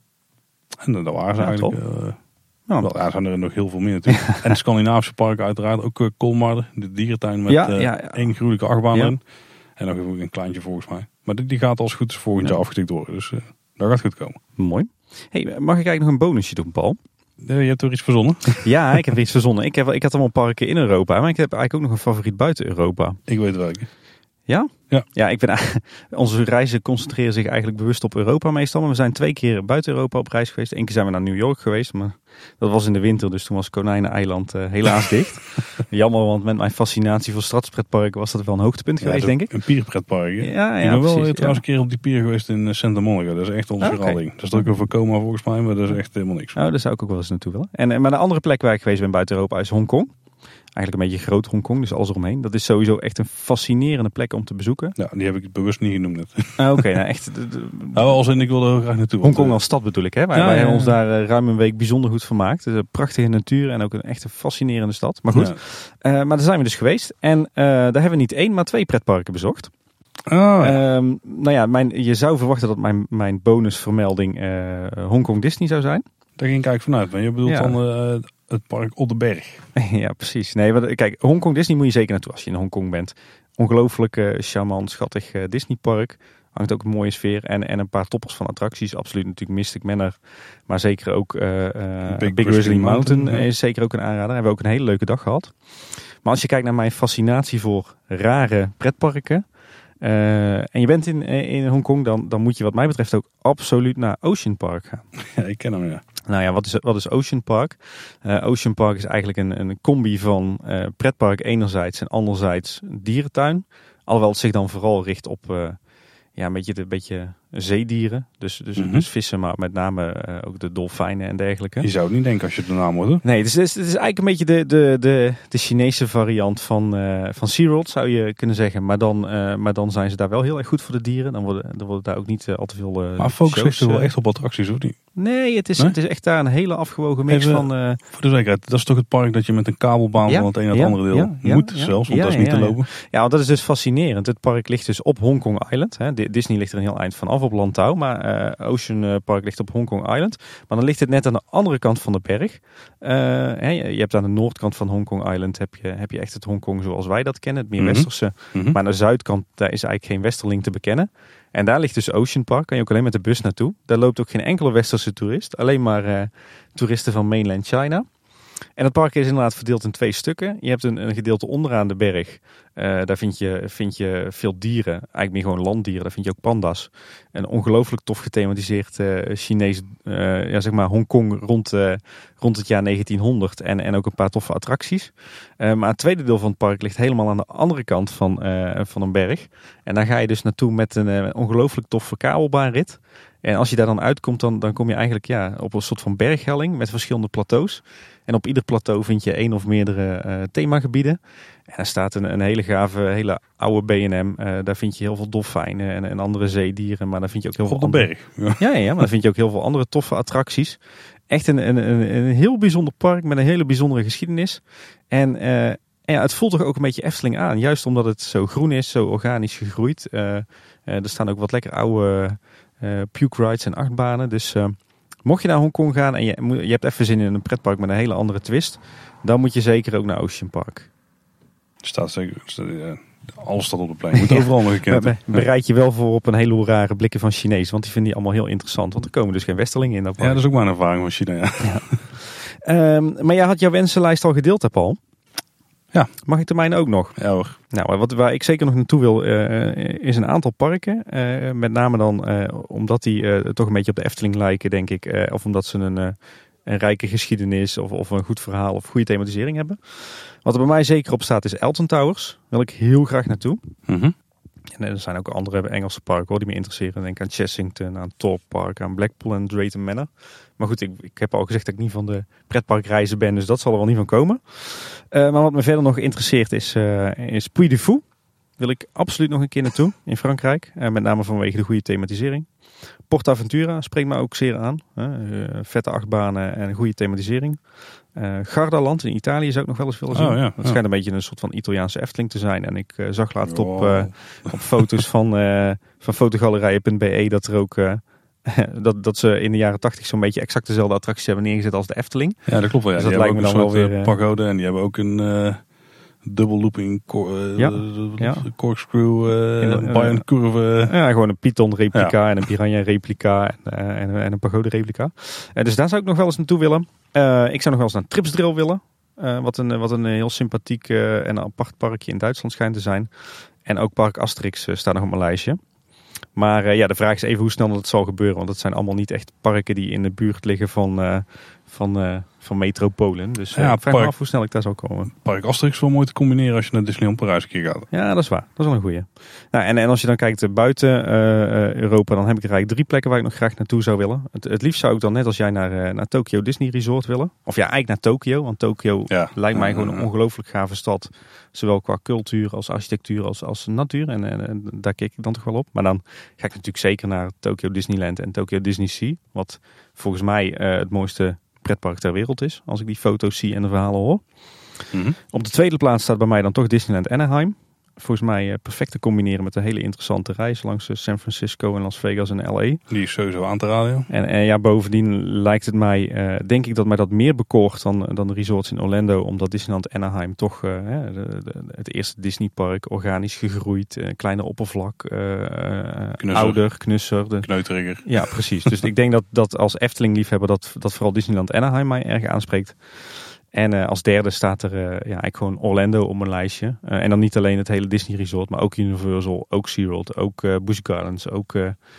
En daar waren ze eigenlijk... Nou, wel, zijn er nog heel veel meer natuurlijk. En de Scandinavische parken uiteraard. Ook Kolmarden, de dierentuin met één gruwelijke achtbaan erin. En nog een kleintje volgens mij. Maar die gaat als het goed is volgend jaar afgetikt worden. Dus dat gaat goed komen. Mooi. Hey, mag ik eigenlijk nog een bonusje doen, Paul? Je hebt er iets verzonnen? Ja, ik heb iets verzonnen. Ik had allemaal parken in Europa. Maar ik heb eigenlijk ook nog een favoriet buiten Europa. Ik weet welke. Ja? Ja. Ja, onze reizen concentreren zich eigenlijk bewust op Europa meestal. Maar we zijn 2 keer buiten Europa op reis geweest. 1 keer zijn we naar New York geweest. Maar dat was in de winter, dus toen was Konijneneiland helaas dicht. Jammer, want met mijn fascinatie voor stadspretparken was dat wel een hoogtepunt geweest, denk ik. Een pierpretpark. Ja, ik ben wel precies, trouwens een keer op die pier geweest in Santa Monica. Dat is echt ons ding. Dat is ook een voorkomen volgens mij, maar dat is echt helemaal niks. Oh, daar zou ik ook wel eens naartoe willen. Maar de andere plek waar ik geweest ben buiten Europa is Hongkong. Eigenlijk een beetje groot Hongkong, dus alles eromheen. Dat is sowieso echt een fascinerende plek om te bezoeken. Ja, die heb ik bewust niet genoemd net. Oké, nou echt. Ik wilde er heel graag naartoe. Hongkong als stad bedoel ik, hè? Wij hebben ons daar ruim een week bijzonder goed vermaakt. Dus een prachtige natuur en ook een echt fascinerende stad. Maar goed, maar daar zijn we dus geweest. En daar hebben we niet 1, maar 2 pretparken bezocht. Je zou verwachten dat mijn bonusvermelding Hongkong Disney zou zijn. Daar ging ik eigenlijk vanuit. Maar je bedoelt dan het park op de berg. Ja, precies. Nee, kijk, Hongkong Disney moet je zeker naartoe als je in Hongkong bent. Ongelooflijk charmant, schattig Disneypark. Hangt ook een mooie sfeer en een paar toppers van attracties. Absoluut natuurlijk Mystic Manor. Maar zeker ook Big Grizzly Mountain is zeker ook een aanrader. Hebben we ook een hele leuke dag gehad. Maar als je kijkt naar mijn fascinatie voor rare pretparken. En je bent in Hongkong, dan moet je wat mij betreft ook absoluut naar Ocean Park gaan. Ja, ik ken hem, ja. Nou ja, wat is Ocean Park? Ocean Park is eigenlijk een combi van pretpark enerzijds en anderzijds dierentuin. Alhoewel het zich dan vooral richt op een beetje zeedieren. Dus vissen, maar met name ook de dolfijnen en dergelijke. Je zou het niet denken als je het de naam hoort. Nee, het is eigenlijk een beetje de Chinese variant van SeaWorld, zou je kunnen zeggen. Maar dan zijn ze daar wel heel erg goed voor de dieren. Dan worden daar ook niet al te veel maar focus zich wel echt op attracties, of niet? Nee, het is echt daar een hele afgewogen mix van... Voor de zekerheid, dat is toch het park dat je met een kabelbaan van het een naar het andere deel moet zelfs, want dat is niet te lopen. Ja, want dat is dus fascinerend. Het park ligt dus op Hong Kong Island. Hè. Disney ligt er een heel eind vanaf op Lantau, maar Ocean Park ligt op Hong Kong Island. Maar dan ligt het net aan de andere kant van de berg. Je hebt aan de noordkant van Hong Kong Island heb je echt het Hongkong zoals wij dat kennen, het meer westerse. Maar aan de zuidkant, daar is eigenlijk geen westerling te bekennen. En daar ligt dus Ocean Park, kan je ook alleen met de bus naartoe. Daar loopt ook geen enkele westerse toerist, alleen maar toeristen van mainland China. En het park is inderdaad verdeeld in 2 stukken. Je hebt een gedeelte onderaan de berg. Daar vind je veel dieren. Eigenlijk meer gewoon landdieren. Daar vind je ook panda's. Een ongelooflijk tof gethematiseerd Chinees, Hongkong rond het jaar 1900. En ook een paar toffe attracties. Maar het tweede deel van het park ligt helemaal aan de andere kant van een berg. En daar ga je dus naartoe met een ongelooflijk toffe kabelbaanrit. En als je daar dan uitkomt, dan kom je eigenlijk op een soort van berghelling met verschillende plateaus. En op ieder plateau vind je 1 of meerdere themagebieden. En er staat een hele gave, hele oude B&M. Daar vind je heel veel dolfijnen en andere zeedieren. Maar daar vind je ook heel veel berg. Ja, maar daar vind je ook heel veel andere toffe attracties. Echt een heel bijzonder park met een hele bijzondere geschiedenis. En het voelt toch ook een beetje Efteling aan. Juist omdat het zo groen is, zo organisch gegroeid. Er staan ook wat lekker oude puke rides en achtbanen. Dus mocht je naar Hongkong gaan en je hebt even zin in een pretpark met een hele andere twist, dan moet je zeker ook naar Ocean Park. Staat zeker. Alles staat op de plein. Je moet overal nog gekend. Bereid je wel voor op een hele rare blikken van Chinees. Want die vinden die allemaal heel interessant. Want er komen dus geen westerlingen in dat park. Ja, dat is ook maar een ervaring van China. Ja. Maar jij had jouw wensenlijst al gedeeld, hè, Paul? Ja. Mag ik de mijne ook nog? Ja hoor. Nou, waar ik zeker nog naartoe wil, is een aantal parken. Met name dan omdat die toch een beetje op de Efteling lijken, denk ik. Of omdat ze een rijke geschiedenis of een goed verhaal of goede thematisering hebben. Wat er bij mij zeker op staat is Alton Towers. Daar wil ik heel graag naartoe. Mm-hmm. En er zijn ook andere Engelse parken die me interesseren. Denk aan Chessington, aan Thorpe Park, aan Blackpool en Drayton Manor. Maar goed, ik heb al gezegd dat ik niet van de pretparkreizen ben, dus dat zal er wel niet van komen. Maar wat me verder nog interesseert is Puy du Fou. Wil ik absoluut nog een keer naartoe in Frankrijk. Met name vanwege de goede thematisering. PortAventura spreekt me ook zeer aan. Vette achtbanen en een goede thematisering. Gardaland in Italië zou ik nog wel eens willen zien. Dat schijnt een beetje een soort van Italiaanse Efteling te zijn. En ik zag laatst op foto's van fotogalerijen.be dat er ook... dat ze in de jaren 80 zo'n beetje exact dezelfde attracties hebben neergezet als de Efteling. Ja, dat klopt wel. Ja. Dus die dat lijkt me dan wel weer... pagode en die hebben ook een dubbel looping corkscrew Bayern curve. Ja, gewoon een Python replica en een Piranha replica en een pagode replica. Dus daar zou ik nog wel eens naartoe willen. Ik zou nog wel eens naar Tripsdrill willen. Wat een heel sympathiek en apart parkje in Duitsland schijnt te zijn. En ook Park Asterix staat nog op mijn lijstje. Maar de vraag is even hoe snel dat zal gebeuren. Want het zijn allemaal niet echt parken die in de buurt liggen van metropolen. Dus ik vraag me af hoe snel ik daar zal komen. Park Asterix is wel mooi te combineren als je naar Disneyland Parijs een keer gaat. Ja, dat is waar. Dat is wel een goeie. Nou, en als je dan kijkt buiten Europa, dan heb ik er eigenlijk 3 plekken waar ik nog graag naartoe zou willen. Het liefst zou ik dan net als jij naar Tokyo Disney Resort willen. Of ja, eigenlijk naar Tokyo. Want Tokyo lijkt mij gewoon een ongelooflijk gave stad. Zowel qua cultuur als architectuur als natuur. En daar kijk ik dan toch wel op. Maar dan ga ik natuurlijk zeker naar Tokyo Disneyland en Tokyo Disney Sea. Wat volgens mij het mooiste pretpark ter wereld is. Als ik die foto's zie en de verhalen hoor. Mm-hmm. Op de tweede plaats staat bij mij dan toch Disneyland Anaheim. Volgens mij perfect te combineren met een hele interessante reis langs San Francisco en Las Vegas en LA. Die is sowieso aan te raden. Ja. En bovendien lijkt het mij, denk ik dat mij dat meer bekoort dan de resorts in Orlando. Omdat Disneyland Anaheim toch het eerste Disneypark, organisch gegroeid, kleiner oppervlak, ouder, knusser. Kneuteriger. Ja, precies. Dus ik denk dat als Efteling liefhebber dat vooral Disneyland Anaheim mij erg aanspreekt. En als derde staat er eigenlijk gewoon Orlando op mijn lijstje. En dan niet alleen het hele Disney Resort, maar ook Universal, ook SeaWorld, ook Busch Gardens, ook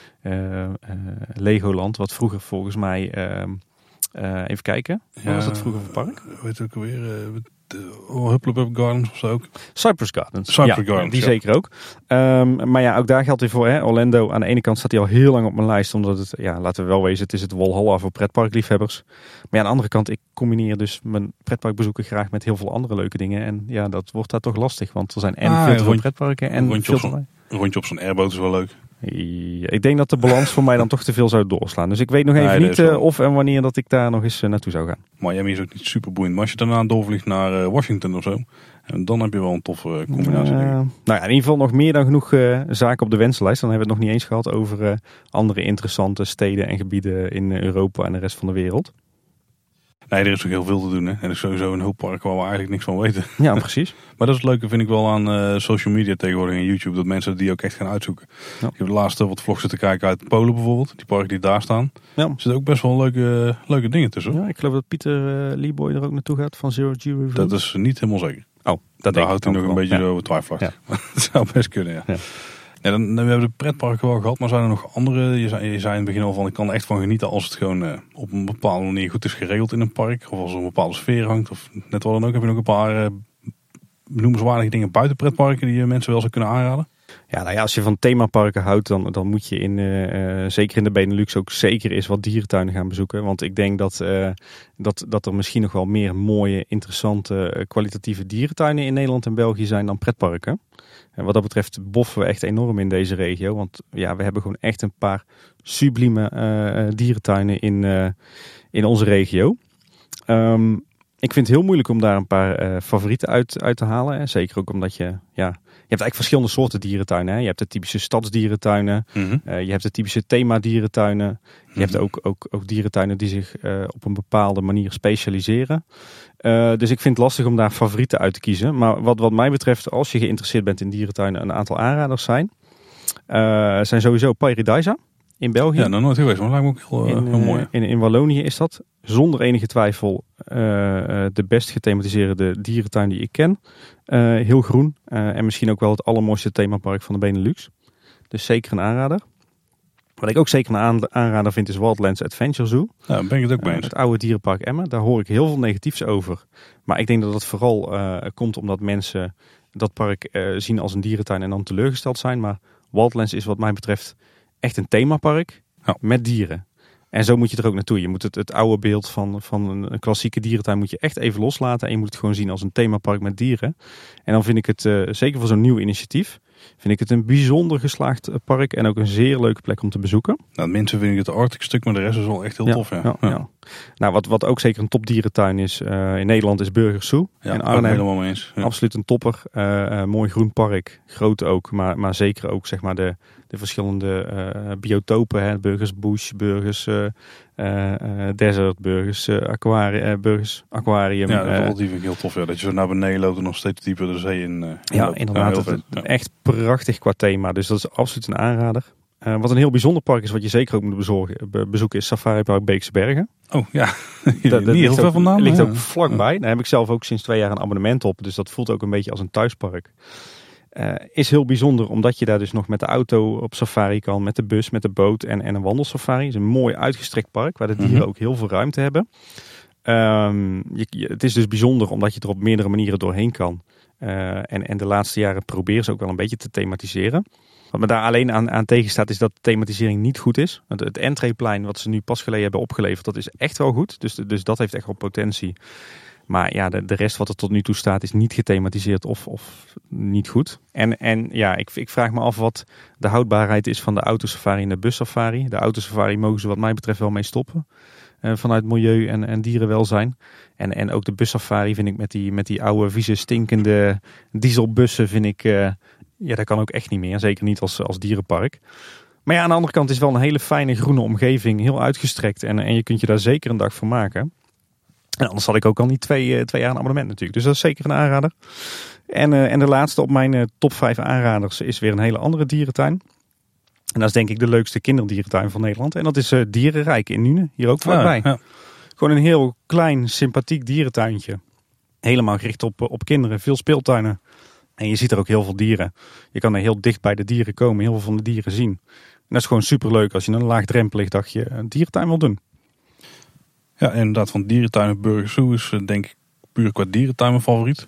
Legoland. Wat vroeger volgens mij, even kijken, wat was dat vroeger voor park? Weet je ook alweer, Hupplepup Gardens of zo ook. Cypress Gardens. Gardens, die zeker ook. Maar ja, ook daar geldt weer voor. Hè? Orlando, aan de ene kant staat hij al heel lang op mijn lijst. Omdat het, laten we wel wezen, het is het Walhalla voor pretparkliefhebbers. Maar ja, aan de andere kant, ik combineer dus mijn pretparkbezoeken graag met heel veel andere leuke dingen. En ja, dat wordt daar toch lastig. Want er zijn veel te veel pretparken en veel te een rondje op zo'n airboot is wel leuk. Ja, ik denk dat de balans voor mij dan toch te veel zou doorslaan. Dus ik weet nog even niet of en wanneer dat ik daar nog eens naartoe zou gaan. Miami is ook niet super boeiend. Maar als je daarna doorvliegt naar Washington of zo, dan heb je wel een toffe combinatie. Nou ja, in ieder geval nog meer dan genoeg zaken op de wensenlijst. Dan hebben we het nog niet eens gehad over andere interessante steden en gebieden in Europa en de rest van de wereld. Nee, er is ook heel veel te doen. Hè? En er is sowieso een hoop parken waar we eigenlijk niks van weten. Ja, precies. Maar dat is het leuke, vind ik wel, aan social media tegenwoordig en YouTube. Dat mensen die ook echt gaan uitzoeken. Ja. Ik heb de laatste wat vlogs zitten kijken uit Polen bijvoorbeeld. Die parken die daar staan. Ja. Er zitten ook best wel leuke dingen tussen. Ja, ik geloof dat Pieter Leeboy er ook naartoe gaat van Zero G Review. Dat is niet helemaal zeker. Oh, daar houdt hij nog een beetje over twijfelachtig. Ja. Dat zou best kunnen, ja. Ja, we hebben de pretparken wel gehad, maar zijn er nog andere? Je zei in het begin al van, ik kan er echt van genieten als het gewoon op een bepaalde manier goed is geregeld in een park. Of als er een bepaalde sfeer hangt. Of net wat dan ook. Heb je nog een paar benoemenswaardige dingen buiten pretparken die je mensen wel zou kunnen aanraden? Ja, nou ja, als je van themaparken houdt, dan moet je zeker in de Benelux ook zeker eens wat dierentuinen gaan bezoeken. Want ik denk dat er misschien nog wel meer mooie, interessante, kwalitatieve dierentuinen in Nederland en België zijn dan pretparken. En wat dat betreft boffen we echt enorm in deze regio. Want ja, we hebben gewoon echt een paar sublieme dierentuinen in onze regio. Ik vind het heel moeilijk om daar een paar favorieten uit te halen. Hè. Zeker ook omdat je hebt eigenlijk verschillende soorten dierentuinen. Hè. Je hebt de typische stadsdierentuinen. Mm-hmm. Je hebt de typische themadierentuinen. Je hebt ook dierentuinen die zich op een bepaalde manier specialiseren. Dus ik vind het lastig om daar favorieten uit te kiezen. Maar wat mij betreft, als je geïnteresseerd bent in dierentuinen, een aantal aanraders zijn sowieso Paradisa in België. Ja, nog nooit geweest, maar dat lijkt me ook heel mooi. In Wallonië is dat zonder enige twijfel de best gethematiseerde dierentuin die ik ken. Heel groen en misschien ook wel het allermooiste themapark van de Benelux. Dus zeker een aanrader. Wat ik ook zeker een aanrader vind is Wildlands Adventure Zoo. Ja, daar ben ik het ook bij eens. Het oude dierenpark Emmen. Daar hoor ik heel veel negatiefs over. Maar ik denk dat het vooral komt omdat mensen dat park zien als een dierentuin en dan teleurgesteld zijn. Maar Wildlands is wat mij betreft echt een themapark met dieren. En zo moet je er ook naartoe. Je moet het oude beeld van een klassieke dierentuin moet je echt even loslaten. En je moet het gewoon zien als een themapark met dieren. En dan vind ik het, zeker voor zo'n nieuw initiatief, vind ik het een bijzonder geslaagd park. En ook een zeer leuke plek om te bezoeken. Nou, mensen vinden het Arctic stuk, maar de rest is wel echt heel tof. Ja. Nou, wat ook zeker een topdierentuin is in Nederland is Burgers Zoo. Ja, in Arnhem. Helemaal mee eens. Ja. Absoluut een topper. Mooi groen park. Groot ook, maar zeker ook zeg maar de verschillende biotopen. Hè. Burgers Bush, Burgers Desert, Burgers Aquarium. Ja, dat vind ik heel tof. Ja. Dat je zo naar beneden loopt en nog steeds dieper de zee in. Inderdaad. Echt prachtig qua thema. Dus dat is absoluut een aanrader. Wat een heel bijzonder park is, wat je zeker ook moet bezoeken, is Safari Park Beekse Bergen. Oh ja, dat niet heel ver vandaan. Ligt ook vlakbij. Daar heb ik zelf ook sinds 2 jaar een abonnement op. Dus dat voelt ook een beetje als een thuispark. Is heel bijzonder, omdat je daar dus nog met de auto op safari kan, met de bus, met de boot en een wandelsafari. Het is een mooi uitgestrekt park, waar de dieren ook heel veel ruimte hebben. Het is dus bijzonder, omdat je er op meerdere manieren doorheen kan. En de laatste jaren proberen ze ook wel een beetje te thematiseren. Wat me daar alleen aan tegenstaat is dat de thematisering niet goed is. Het entreeplein wat ze nu pas geleden hebben opgeleverd, dat is echt wel goed. Dus dat heeft echt wel potentie. Maar ja, de rest wat er tot nu toe staat is niet gethematiseerd of niet goed. En ja, ik vraag me af wat de houdbaarheid is van de autosafari en de bussafari. De autosafari mogen ze wat mij betreft wel mee stoppen. Vanuit milieu en dierenwelzijn. En ook de bussafari vind ik met die oude, vieze, stinkende dieselbussen vind ik... dat kan ook echt niet meer. Zeker niet als dierenpark. Maar ja, aan de andere kant is het wel een hele fijne groene omgeving. Heel uitgestrekt. En je kunt je daar zeker een dag voor maken. En anders had ik ook al niet 2 jaar een abonnement natuurlijk. Dus dat is zeker een aanrader. En de laatste op mijn top 5 aanraders is weer een hele andere dierentuin. En dat is denk ik de leukste kinderdierentuin van Nederland. En dat is Dierenrijk in Nuenen. Hier ook vlakbij. Ja. Gewoon een heel klein, sympathiek dierentuintje. Helemaal gericht op kinderen, veel speeltuinen. En je ziet er ook heel veel dieren. Je kan er heel dicht bij de dieren komen, heel veel van de dieren zien. En dat is gewoon superleuk als je een laagdrempelig dagje een dierentuin wil doen. Ja, inderdaad, van dierentuinen Burger Zoo is denk ik puur qua dierentuin mijn favoriet.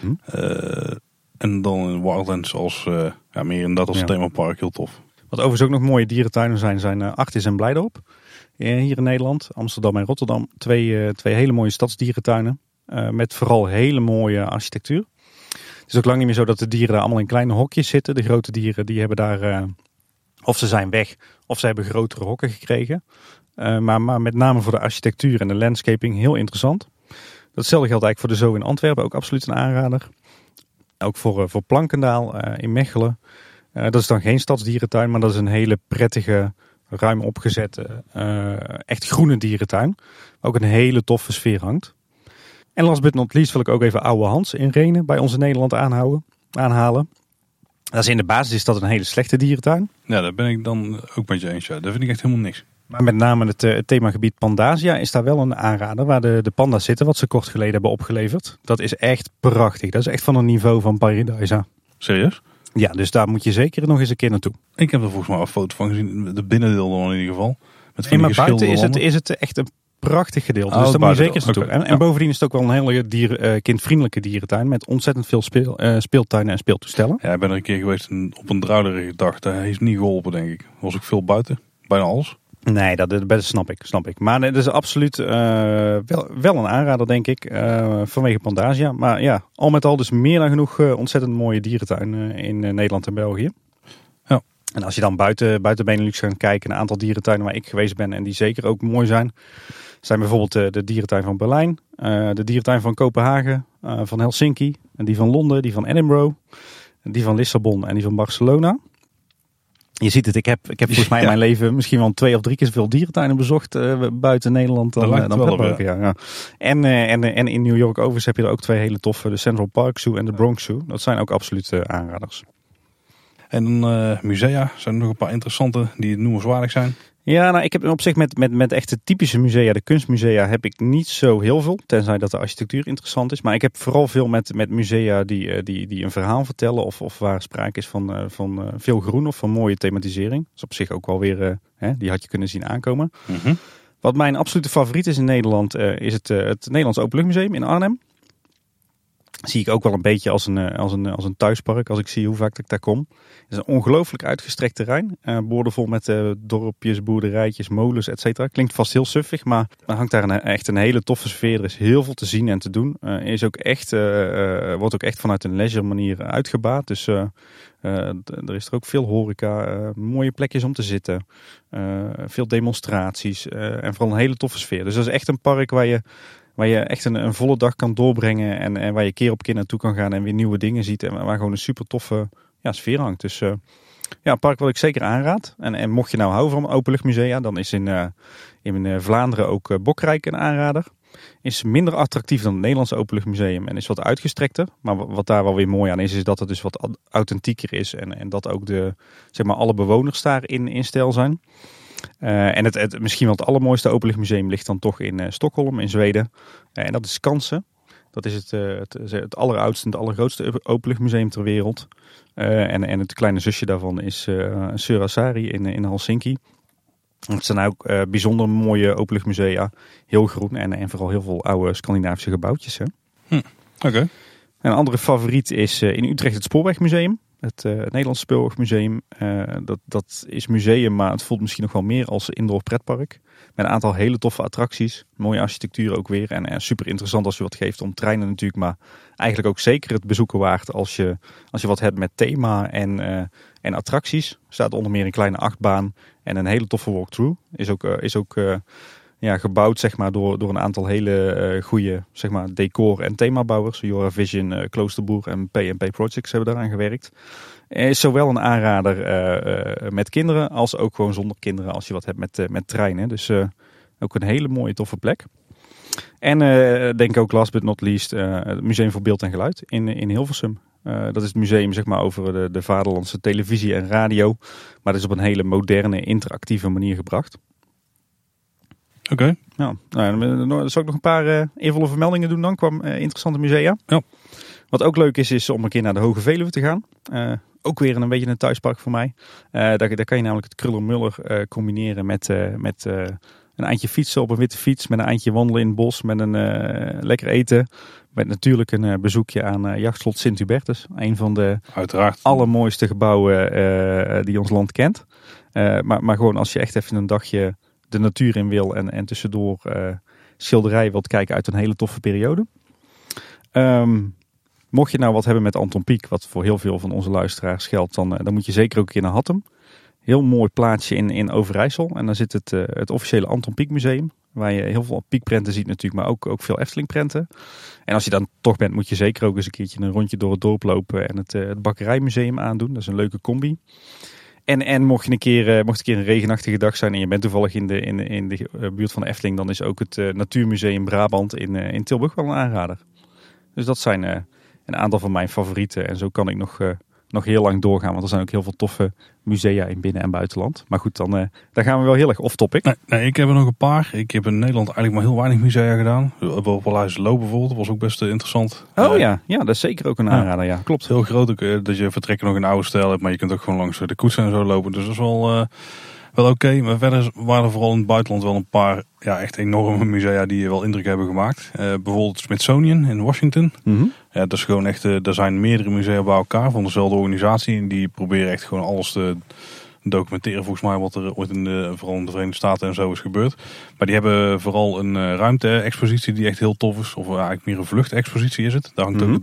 En dan in Wildlands als meer inderdaad als themapark heel tof. Wat overigens ook nog mooie dierentuinen zijn Artis en Blijdorp. Hier in Nederland, Amsterdam en Rotterdam. Twee hele mooie stadsdierentuinen. Met vooral hele mooie architectuur. Het is ook lang niet meer zo dat de dieren daar allemaal in kleine hokjes zitten. De grote dieren die hebben daar, of ze zijn weg, of ze hebben grotere hokken gekregen. Maar met name voor de architectuur en de landscaping heel interessant. Datzelfde geldt eigenlijk voor de Zoo in Antwerpen, ook absoluut een aanrader. Ook voor Plankendaal in Mechelen. Dat is dan geen stadsdierentuin, maar dat is een hele prettige, ruim opgezette, echt groene dierentuin. Ook een hele toffe sfeer hangt. En last but not least wil ik ook even Oude Hans in Rhenen bij ons in Nederland aanhalen. Dat is in de basis is dat een hele slechte dierentuin. Ja, daar ben ik dan ook met je eens. Ja. Dat vind ik echt helemaal niks. Maar met name het themagebied Pandasia is daar wel een aanrader waar de panda's zitten, wat ze kort geleden hebben opgeleverd. Dat is echt prachtig. Dat is echt van een niveau van Paradisa. Serieus? Ja, dus daar moet je zeker nog eens een keer naartoe. Ik heb er volgens mij een foto van gezien. De binnendeel dan in ieder geval. Met maar buiten is het echt een prachtig gedeelte. Dus daar moet je zeker eens naartoe. Okay. En bovendien is het ook wel een hele kindvriendelijke dierentuin met ontzettend veel speeltuinen en speeltoestellen. Ja, ik ben er een keer geweest op een druilerige dag. Dat heeft niet geholpen, denk ik. Was ook veel buiten. Bijna alles. Nee, dat snap ik. Maar het is absoluut wel een aanrader, denk ik, vanwege Pandasia. Maar ja, al met al dus meer dan genoeg ontzettend mooie dierentuinen in Nederland en België. Ja. En als je dan buiten Benelux gaat kijken, een aantal dierentuinen waar ik geweest ben en die zeker ook mooi zijn bijvoorbeeld de dierentuin van Berlijn, de dierentuin van Kopenhagen, van Helsinki, en die van Londen, die van Edinburgh, die van Lissabon en die van Barcelona. Je ziet het, ik heb volgens mij in mijn leven misschien wel 2 of 3 keer zoveel dierentuinen bezocht buiten Nederland dan pretparken. Ja. En in New York overigens heb je er ook 2 hele toffe, de Central Park Zoo en de Bronx Zoo. Dat zijn ook absoluut aanraders. En musea, zijn er nog een paar interessante die noemenswaardig zijn? Ja, nou, ik heb op zich met echte typische musea, de kunstmusea, heb ik niet zo heel veel. Tenzij dat de architectuur interessant is. Maar ik heb vooral veel met musea die een verhaal vertellen. Of waar sprake is van veel groen of van mooie thematisering. Dat is op zich ook wel weer, die had je kunnen zien aankomen. Mm-hmm. Wat mijn absolute favoriet is in Nederland, is het Nederlands Openluchtmuseum in Arnhem. Zie ik ook wel een beetje als een thuispark, als ik zie hoe vaak dat ik daar kom. Het is een ongelooflijk uitgestrekt terrein. Boordevol met dorpjes, boerderijtjes, molens, et cetera. Klinkt vast heel suffig, maar er hangt daar echt een hele toffe sfeer. Er is heel veel te zien en te doen. Wordt ook echt vanuit een leisure manier uitgebaat. Dus er is er ook veel horeca, mooie plekjes om te zitten. Veel demonstraties en vooral een hele toffe sfeer. Dus dat is echt een park waar je echt een volle dag kan doorbrengen. En waar je keer op keer naartoe kan gaan en weer nieuwe dingen ziet. En waar gewoon een super toffe sfeer hangt. Dus een park wat ik zeker aanraad. En mocht je nou houden van openluchtmusea, dan is in Vlaanderen ook Bokrijk een aanrader. Is minder attractief dan het Nederlandse Openluchtmuseum en is wat uitgestrekter. Maar wat daar wel weer mooi aan is dat het dus wat authentieker is. En dat ook alle bewoners daarin in stijl zijn. En het misschien wel het allermooiste openluchtmuseum ligt dan toch in Stockholm in Zweden. En dat is Skansen. Dat is het alleroudste en het allergrootste openluchtmuseum ter wereld. En het kleine zusje daarvan is Surasari in Helsinki. Het zijn ook bijzonder mooie openluchtmusea. Heel groen en vooral heel veel oude Scandinavische gebouwtjes. Hè? Oké. Een andere favoriet is in Utrecht het Spoorwegmuseum. Het Nederlands Spoorwegmuseum. Dat is museum, maar het voelt misschien nog wel meer als indoor pretpark. Met een aantal hele toffe attracties. Mooie architectuur ook weer. En super interessant als je wat geeft om treinen natuurlijk. Maar eigenlijk ook zeker het bezoeken waard als je wat hebt met thema en attracties. Er staat onder meer een kleine achtbaan en een hele toffe walkthrough. Is ook gebouwd door een aantal hele goede decor- en themabouwers. Jora Vision, Kloosterboer en P&P Projects hebben daaraan gewerkt. Is zowel een aanrader met kinderen als ook gewoon zonder kinderen als je wat hebt met treinen. Dus ook een hele mooie toffe plek. En denk ook last but not least het Museum voor Beeld en Geluid in Hilversum. Dat is het museum over de vaderlandse televisie en radio. Maar dat is op een hele moderne, interactieve manier gebracht. Oké. Ja, dan zal ik nog een paar eervolle vermeldingen doen dan qua interessante musea. Ja. Wat ook leuk is om een keer naar de Hoge Veluwe te gaan. Ook weer een beetje een thuispark voor mij. Daar kan je namelijk het Kruller-Muller combineren met een eindje fietsen op een witte fiets. Met een eindje wandelen in het bos. Met een lekker eten. Met natuurlijk een bezoekje aan jachtslot Sint-Hubertus. Een van de Uiteraard. allermooiste gebouwen die ons land kent. Maar gewoon als je echt even een dagje de natuur in wil en tussendoor schilderijen wilt kijken uit een hele toffe periode. Mocht je nou wat hebben met Anton Pieck, wat voor heel veel van onze luisteraars geldt, dan moet je zeker ook een keer naar Hattem. Heel mooi plaatsje in Overijssel. En daar zit het officiële Anton Pieck Museum. Waar je heel veel Pieck-prenten ziet natuurlijk, maar ook veel Efteling-prenten. En als je dan toch bent, moet je zeker ook eens een keertje een rondje door het dorp lopen en het Bakkerijmuseum aandoen. Dat is een leuke combi. En mocht het een keer een regenachtige dag zijn en je bent toevallig in de buurt van Efteling, dan is ook het Natuurmuseum Brabant in Tilburg wel een aanrader. Dus dat zijn een aantal van mijn favorieten. En zo kan ik nog heel lang doorgaan, want er zijn ook heel veel toffe musea in binnen- en buitenland. Maar goed, dan gaan we wel heel erg off-topic. Nee, ik heb er nog een paar. Ik heb in Nederland eigenlijk maar heel weinig musea gedaan. Op Paleis Loo bijvoorbeeld, was ook best interessant. Ja, dat is zeker ook een aanrader. Ja, klopt. Heel groot ook, dat je vertrekken nog in oude stijl hebt, maar je kunt ook gewoon langs de koetsen en zo lopen. Dus dat is wel oké. Maar verder waren er vooral in het buitenland wel een paar echt enorme musea die wel indruk hebben gemaakt. Bijvoorbeeld het Smithsonian in Washington. Mm-hmm. Ja, dat is gewoon echt, er zijn meerdere musea bij elkaar van dezelfde organisatie. En die proberen echt gewoon alles te documenteren, volgens mij, wat er ooit vooral in de Verenigde Staten en zo is gebeurd. Maar die hebben vooral een ruimte-expositie die echt heel tof is. Of eigenlijk meer een vluchtexpositie is het. Daar hangt ook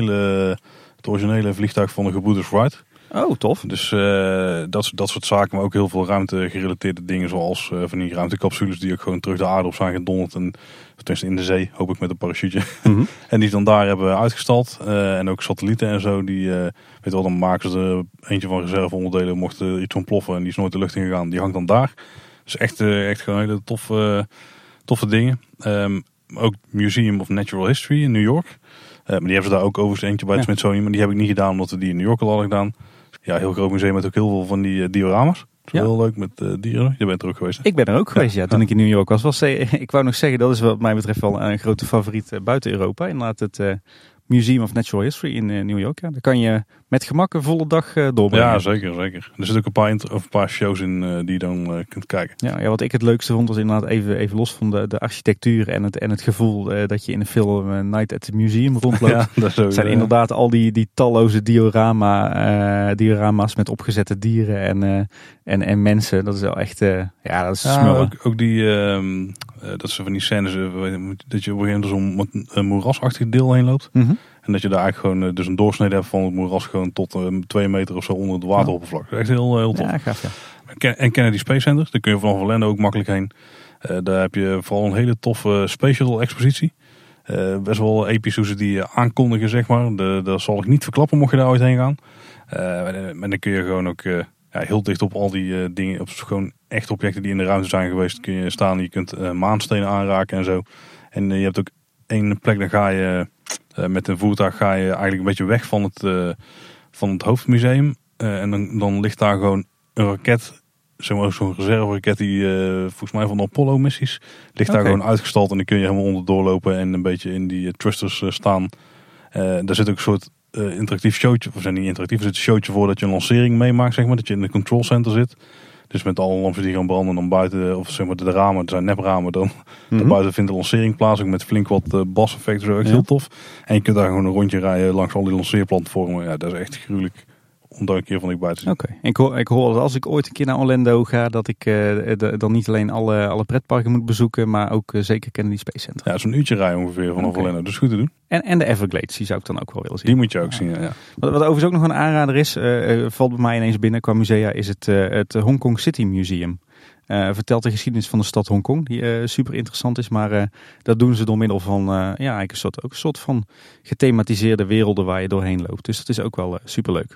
het originele vliegtuig van de gebroeders Wright. Oh, tof. Dus dat soort zaken, maar ook heel veel ruimte-gerelateerde dingen, zoals van die ruimtecapsules die ook gewoon terug de aarde op zijn gedonderd. En tenminste in de zee, hoop ik met een parachute. Mm-hmm. En die dan daar hebben uitgestald. En ook satellieten en zo. Die, weet je wel, dan maken ze er eentje van reserveonderdelen, mocht er iets ontploffen en die is nooit de lucht in gegaan. Die hangt dan daar. Dus echt gewoon hele toffe dingen. Ook Museum of Natural History in New York. Maar die hebben ze daar ook overigens eentje bij het Smithsonian. Maar die heb ik niet gedaan omdat we die in New York al hadden gedaan. Ja, heel groot museum met ook heel veel van die diorama's. Heel leuk met dieren. Je bent er ook geweest, hè? Ik ben er ook geweest, toen ik in New York was. Ik wou nog zeggen, dat is wat mij betreft wel een grote favoriet buiten Europa. Inderdaad het Museum of Natural History in New York. Ja. Daar kan je met gemak een volle dag doorbrengen. Ja, zeker. Er zitten ook een paar shows in die je dan kunt kijken. Ja, wat ik het leukste vond was inderdaad even los van de architectuur en het gevoel dat je in een film Night at the Museum rondloopt. Ja, dat zijn inderdaad al die talloze diorama's met opgezette dieren en mensen. Dat is wel echt, dat is smullen. Ook die, dat ze van die scènes, dat je op een gegeven moment zo'n moerasachtig deel heen loopt. Mm-hmm. En dat je daar eigenlijk gewoon dus een doorsnede hebt van het moeras gewoon tot 2 meter of zo onder het wateroppervlak. Echt heel tof. Ja, gaaf, ja. En Kennedy Space Center, daar kun je vanaf Orlando ook makkelijk heen. Daar heb je vooral een hele toffe Space Shuttle expositie. Best wel episch hoe ze die aankondigen, zeg maar. Dat zal ik niet verklappen mocht je daar ooit heen gaan. Maar dan kun je gewoon ook heel dicht op al die dingen, op gewoon echt objecten die in de ruimte zijn geweest, kun je staan. Je kunt maanstenen aanraken en zo. En je hebt ook één plek, dan ga je met een voertuig eigenlijk een beetje weg van het hoofdmuseum. En dan ligt daar gewoon een raket, zeg maar zo'n reserve-raket die volgens mij van de Apollo-missies ligt daar gewoon uitgestald. En dan kun je helemaal onderdoor lopen en een beetje in die thrusters staan. Daar zit ook een soort interactief showtje, of zijn niet interactief, er zit een showtje voor dat je een lancering meemaakt, zeg maar, dat je in de control center zit. Dus met alle lampen die gaan branden, dan buiten, of zeg maar de ramen, er zijn nepramen, dan buiten vindt de lancering plaats, ook met flink wat baseffecten, zo echt heel tof. En je kunt daar gewoon een rondje rijden langs al die lanceerplatformen. Ja, dat is echt gruwelijk om daar een keer van dichtbij te zien. Oké. Ik hoor dat als ik ooit een keer naar Orlando ga, dat ik dan niet alleen alle pretparken moet bezoeken, maar ook zeker Kennedy Space Center. Ja, zo'n uurtje rijden ongeveer vanaf Orlando. Dat is goed te doen. En de Everglades, die zou ik dan ook wel willen zien. Die moet je ook zien, ja. Wat overigens ook nog een aanrader is, valt bij mij ineens binnen qua musea, is het Hong Kong City Museum. Vertelt de geschiedenis van de stad Hongkong, die super interessant is. Maar dat doen ze door middel van eigenlijk een soort van gethematiseerde werelden waar je doorheen loopt. Dus dat is ook wel superleuk.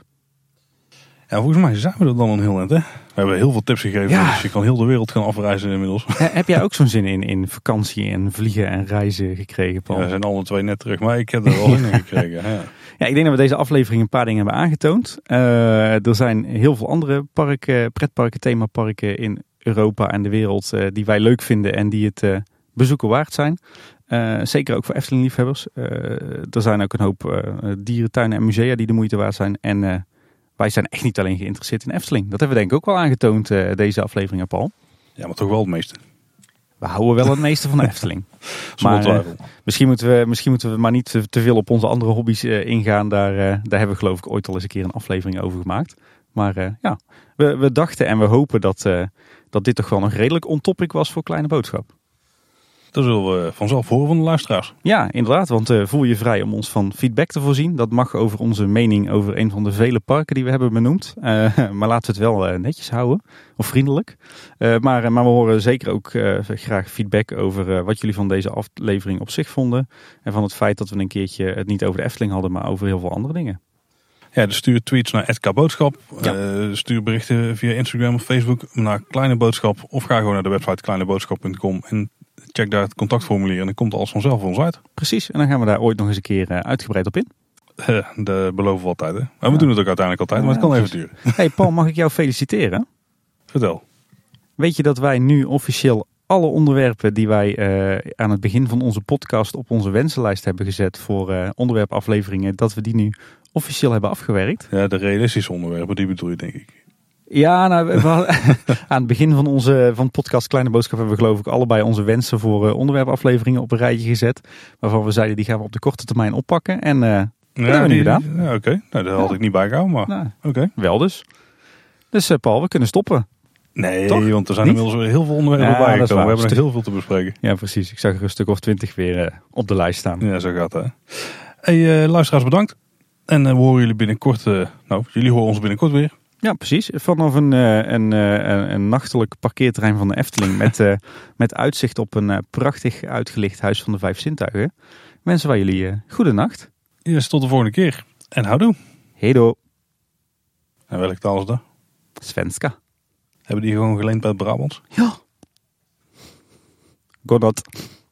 Ja, volgens mij zijn we er dan een heel eind, hè? We hebben heel veel tips gegeven, dus je kan heel de wereld gaan afreizen inmiddels. Heb jij ook zo'n zin in vakantie en vliegen en reizen gekregen, Paul? Ja, we zijn alle twee net terug, maar ik heb er wel in gekregen. Ja, ik denk dat we deze aflevering een paar dingen hebben aangetoond. Er zijn heel veel andere pretparken, themaparken in Europa en de wereld die wij leuk vinden en die het bezoeken waard zijn. Zeker ook voor Efteling-liefhebbers. Er zijn ook een hoop dierentuinen en musea die de moeite waard zijn. En wij zijn echt niet alleen geïnteresseerd in Efteling. Dat hebben we denk ik ook wel aangetoond deze aflevering, Paul. Ja, maar toch wel het meeste. We houden wel het meeste van de Efteling. Zonder twijfel. Misschien moeten we maar niet te veel op onze andere hobby's ingaan. Daar hebben we geloof ik ooit al eens een keer een aflevering over gemaakt. Maar we dachten en we hopen dat dit toch wel nog redelijk on-topic was voor Kleine Boodschap. Dat zullen we vanzelf horen van de luisteraars. Ja, inderdaad. Want voel je vrij om ons van feedback te voorzien. Dat mag over onze mening over een van de vele parken die we hebben benoemd. Maar laten we het wel netjes houden. Of vriendelijk. Maar we horen zeker ook graag feedback over wat jullie van deze aflevering op zich vonden. En van het feit dat we een keertje het niet over de Efteling hadden, maar over heel veel andere dingen. Ja, dus stuur tweets naar @kboodschap. Stuur berichten via Instagram of Facebook naar Kleine Boodschap. Of ga gewoon naar de website kleineboodschap.com en check daar het contactformulier en dan komt alles vanzelf voor ons uit. Precies, en dan gaan we daar ooit nog eens een keer uitgebreid op in. Dat beloven we altijd. Hè? Maar we doen het ook uiteindelijk altijd, maar het kan even duren. Hey Paul, mag ik jou feliciteren? Vertel. Weet je dat wij nu officieel alle onderwerpen die wij aan het begin van onze podcast op onze wensenlijst hebben gezet voor onderwerpafleveringen, dat we die nu officieel hebben afgewerkt? Ja, de realistische onderwerpen, die bedoel je denk ik. Ja, nou, aan het begin van van podcast Kleine Boodschap hebben we geloof ik allebei onze wensen voor onderwerpafleveringen op een rijtje gezet. Waarvan we zeiden die gaan we op de korte termijn oppakken. En dat hebben we nu gedaan. Ja, oké. Nou, dat had ik niet bijgehouden, maar oké. Wel dus. Dus Paul, we kunnen stoppen. Nee, toch? Want er zijn inmiddels weer heel veel onderwerpen bijgekomen. We hebben nog heel veel te bespreken. Ja, precies. Ik zag er een stuk of 20 weer op de lijst staan. Ja, zo gaat het. Hey, luisteraars bedankt. En we horen jullie binnenkort. Jullie horen ons binnenkort weer. Ja, precies. Vanaf een nachtelijk parkeerterrein van de Efteling met uitzicht op een prachtig uitgelicht huis van de 5 zintuigen. Wensen wij jullie goede nacht. Yes, tot de volgende keer. En houdoe. Hedo. En welke taal is dat? Svenska. Hebben die gewoon geleend bij het Brabants? Ja. Godnacht.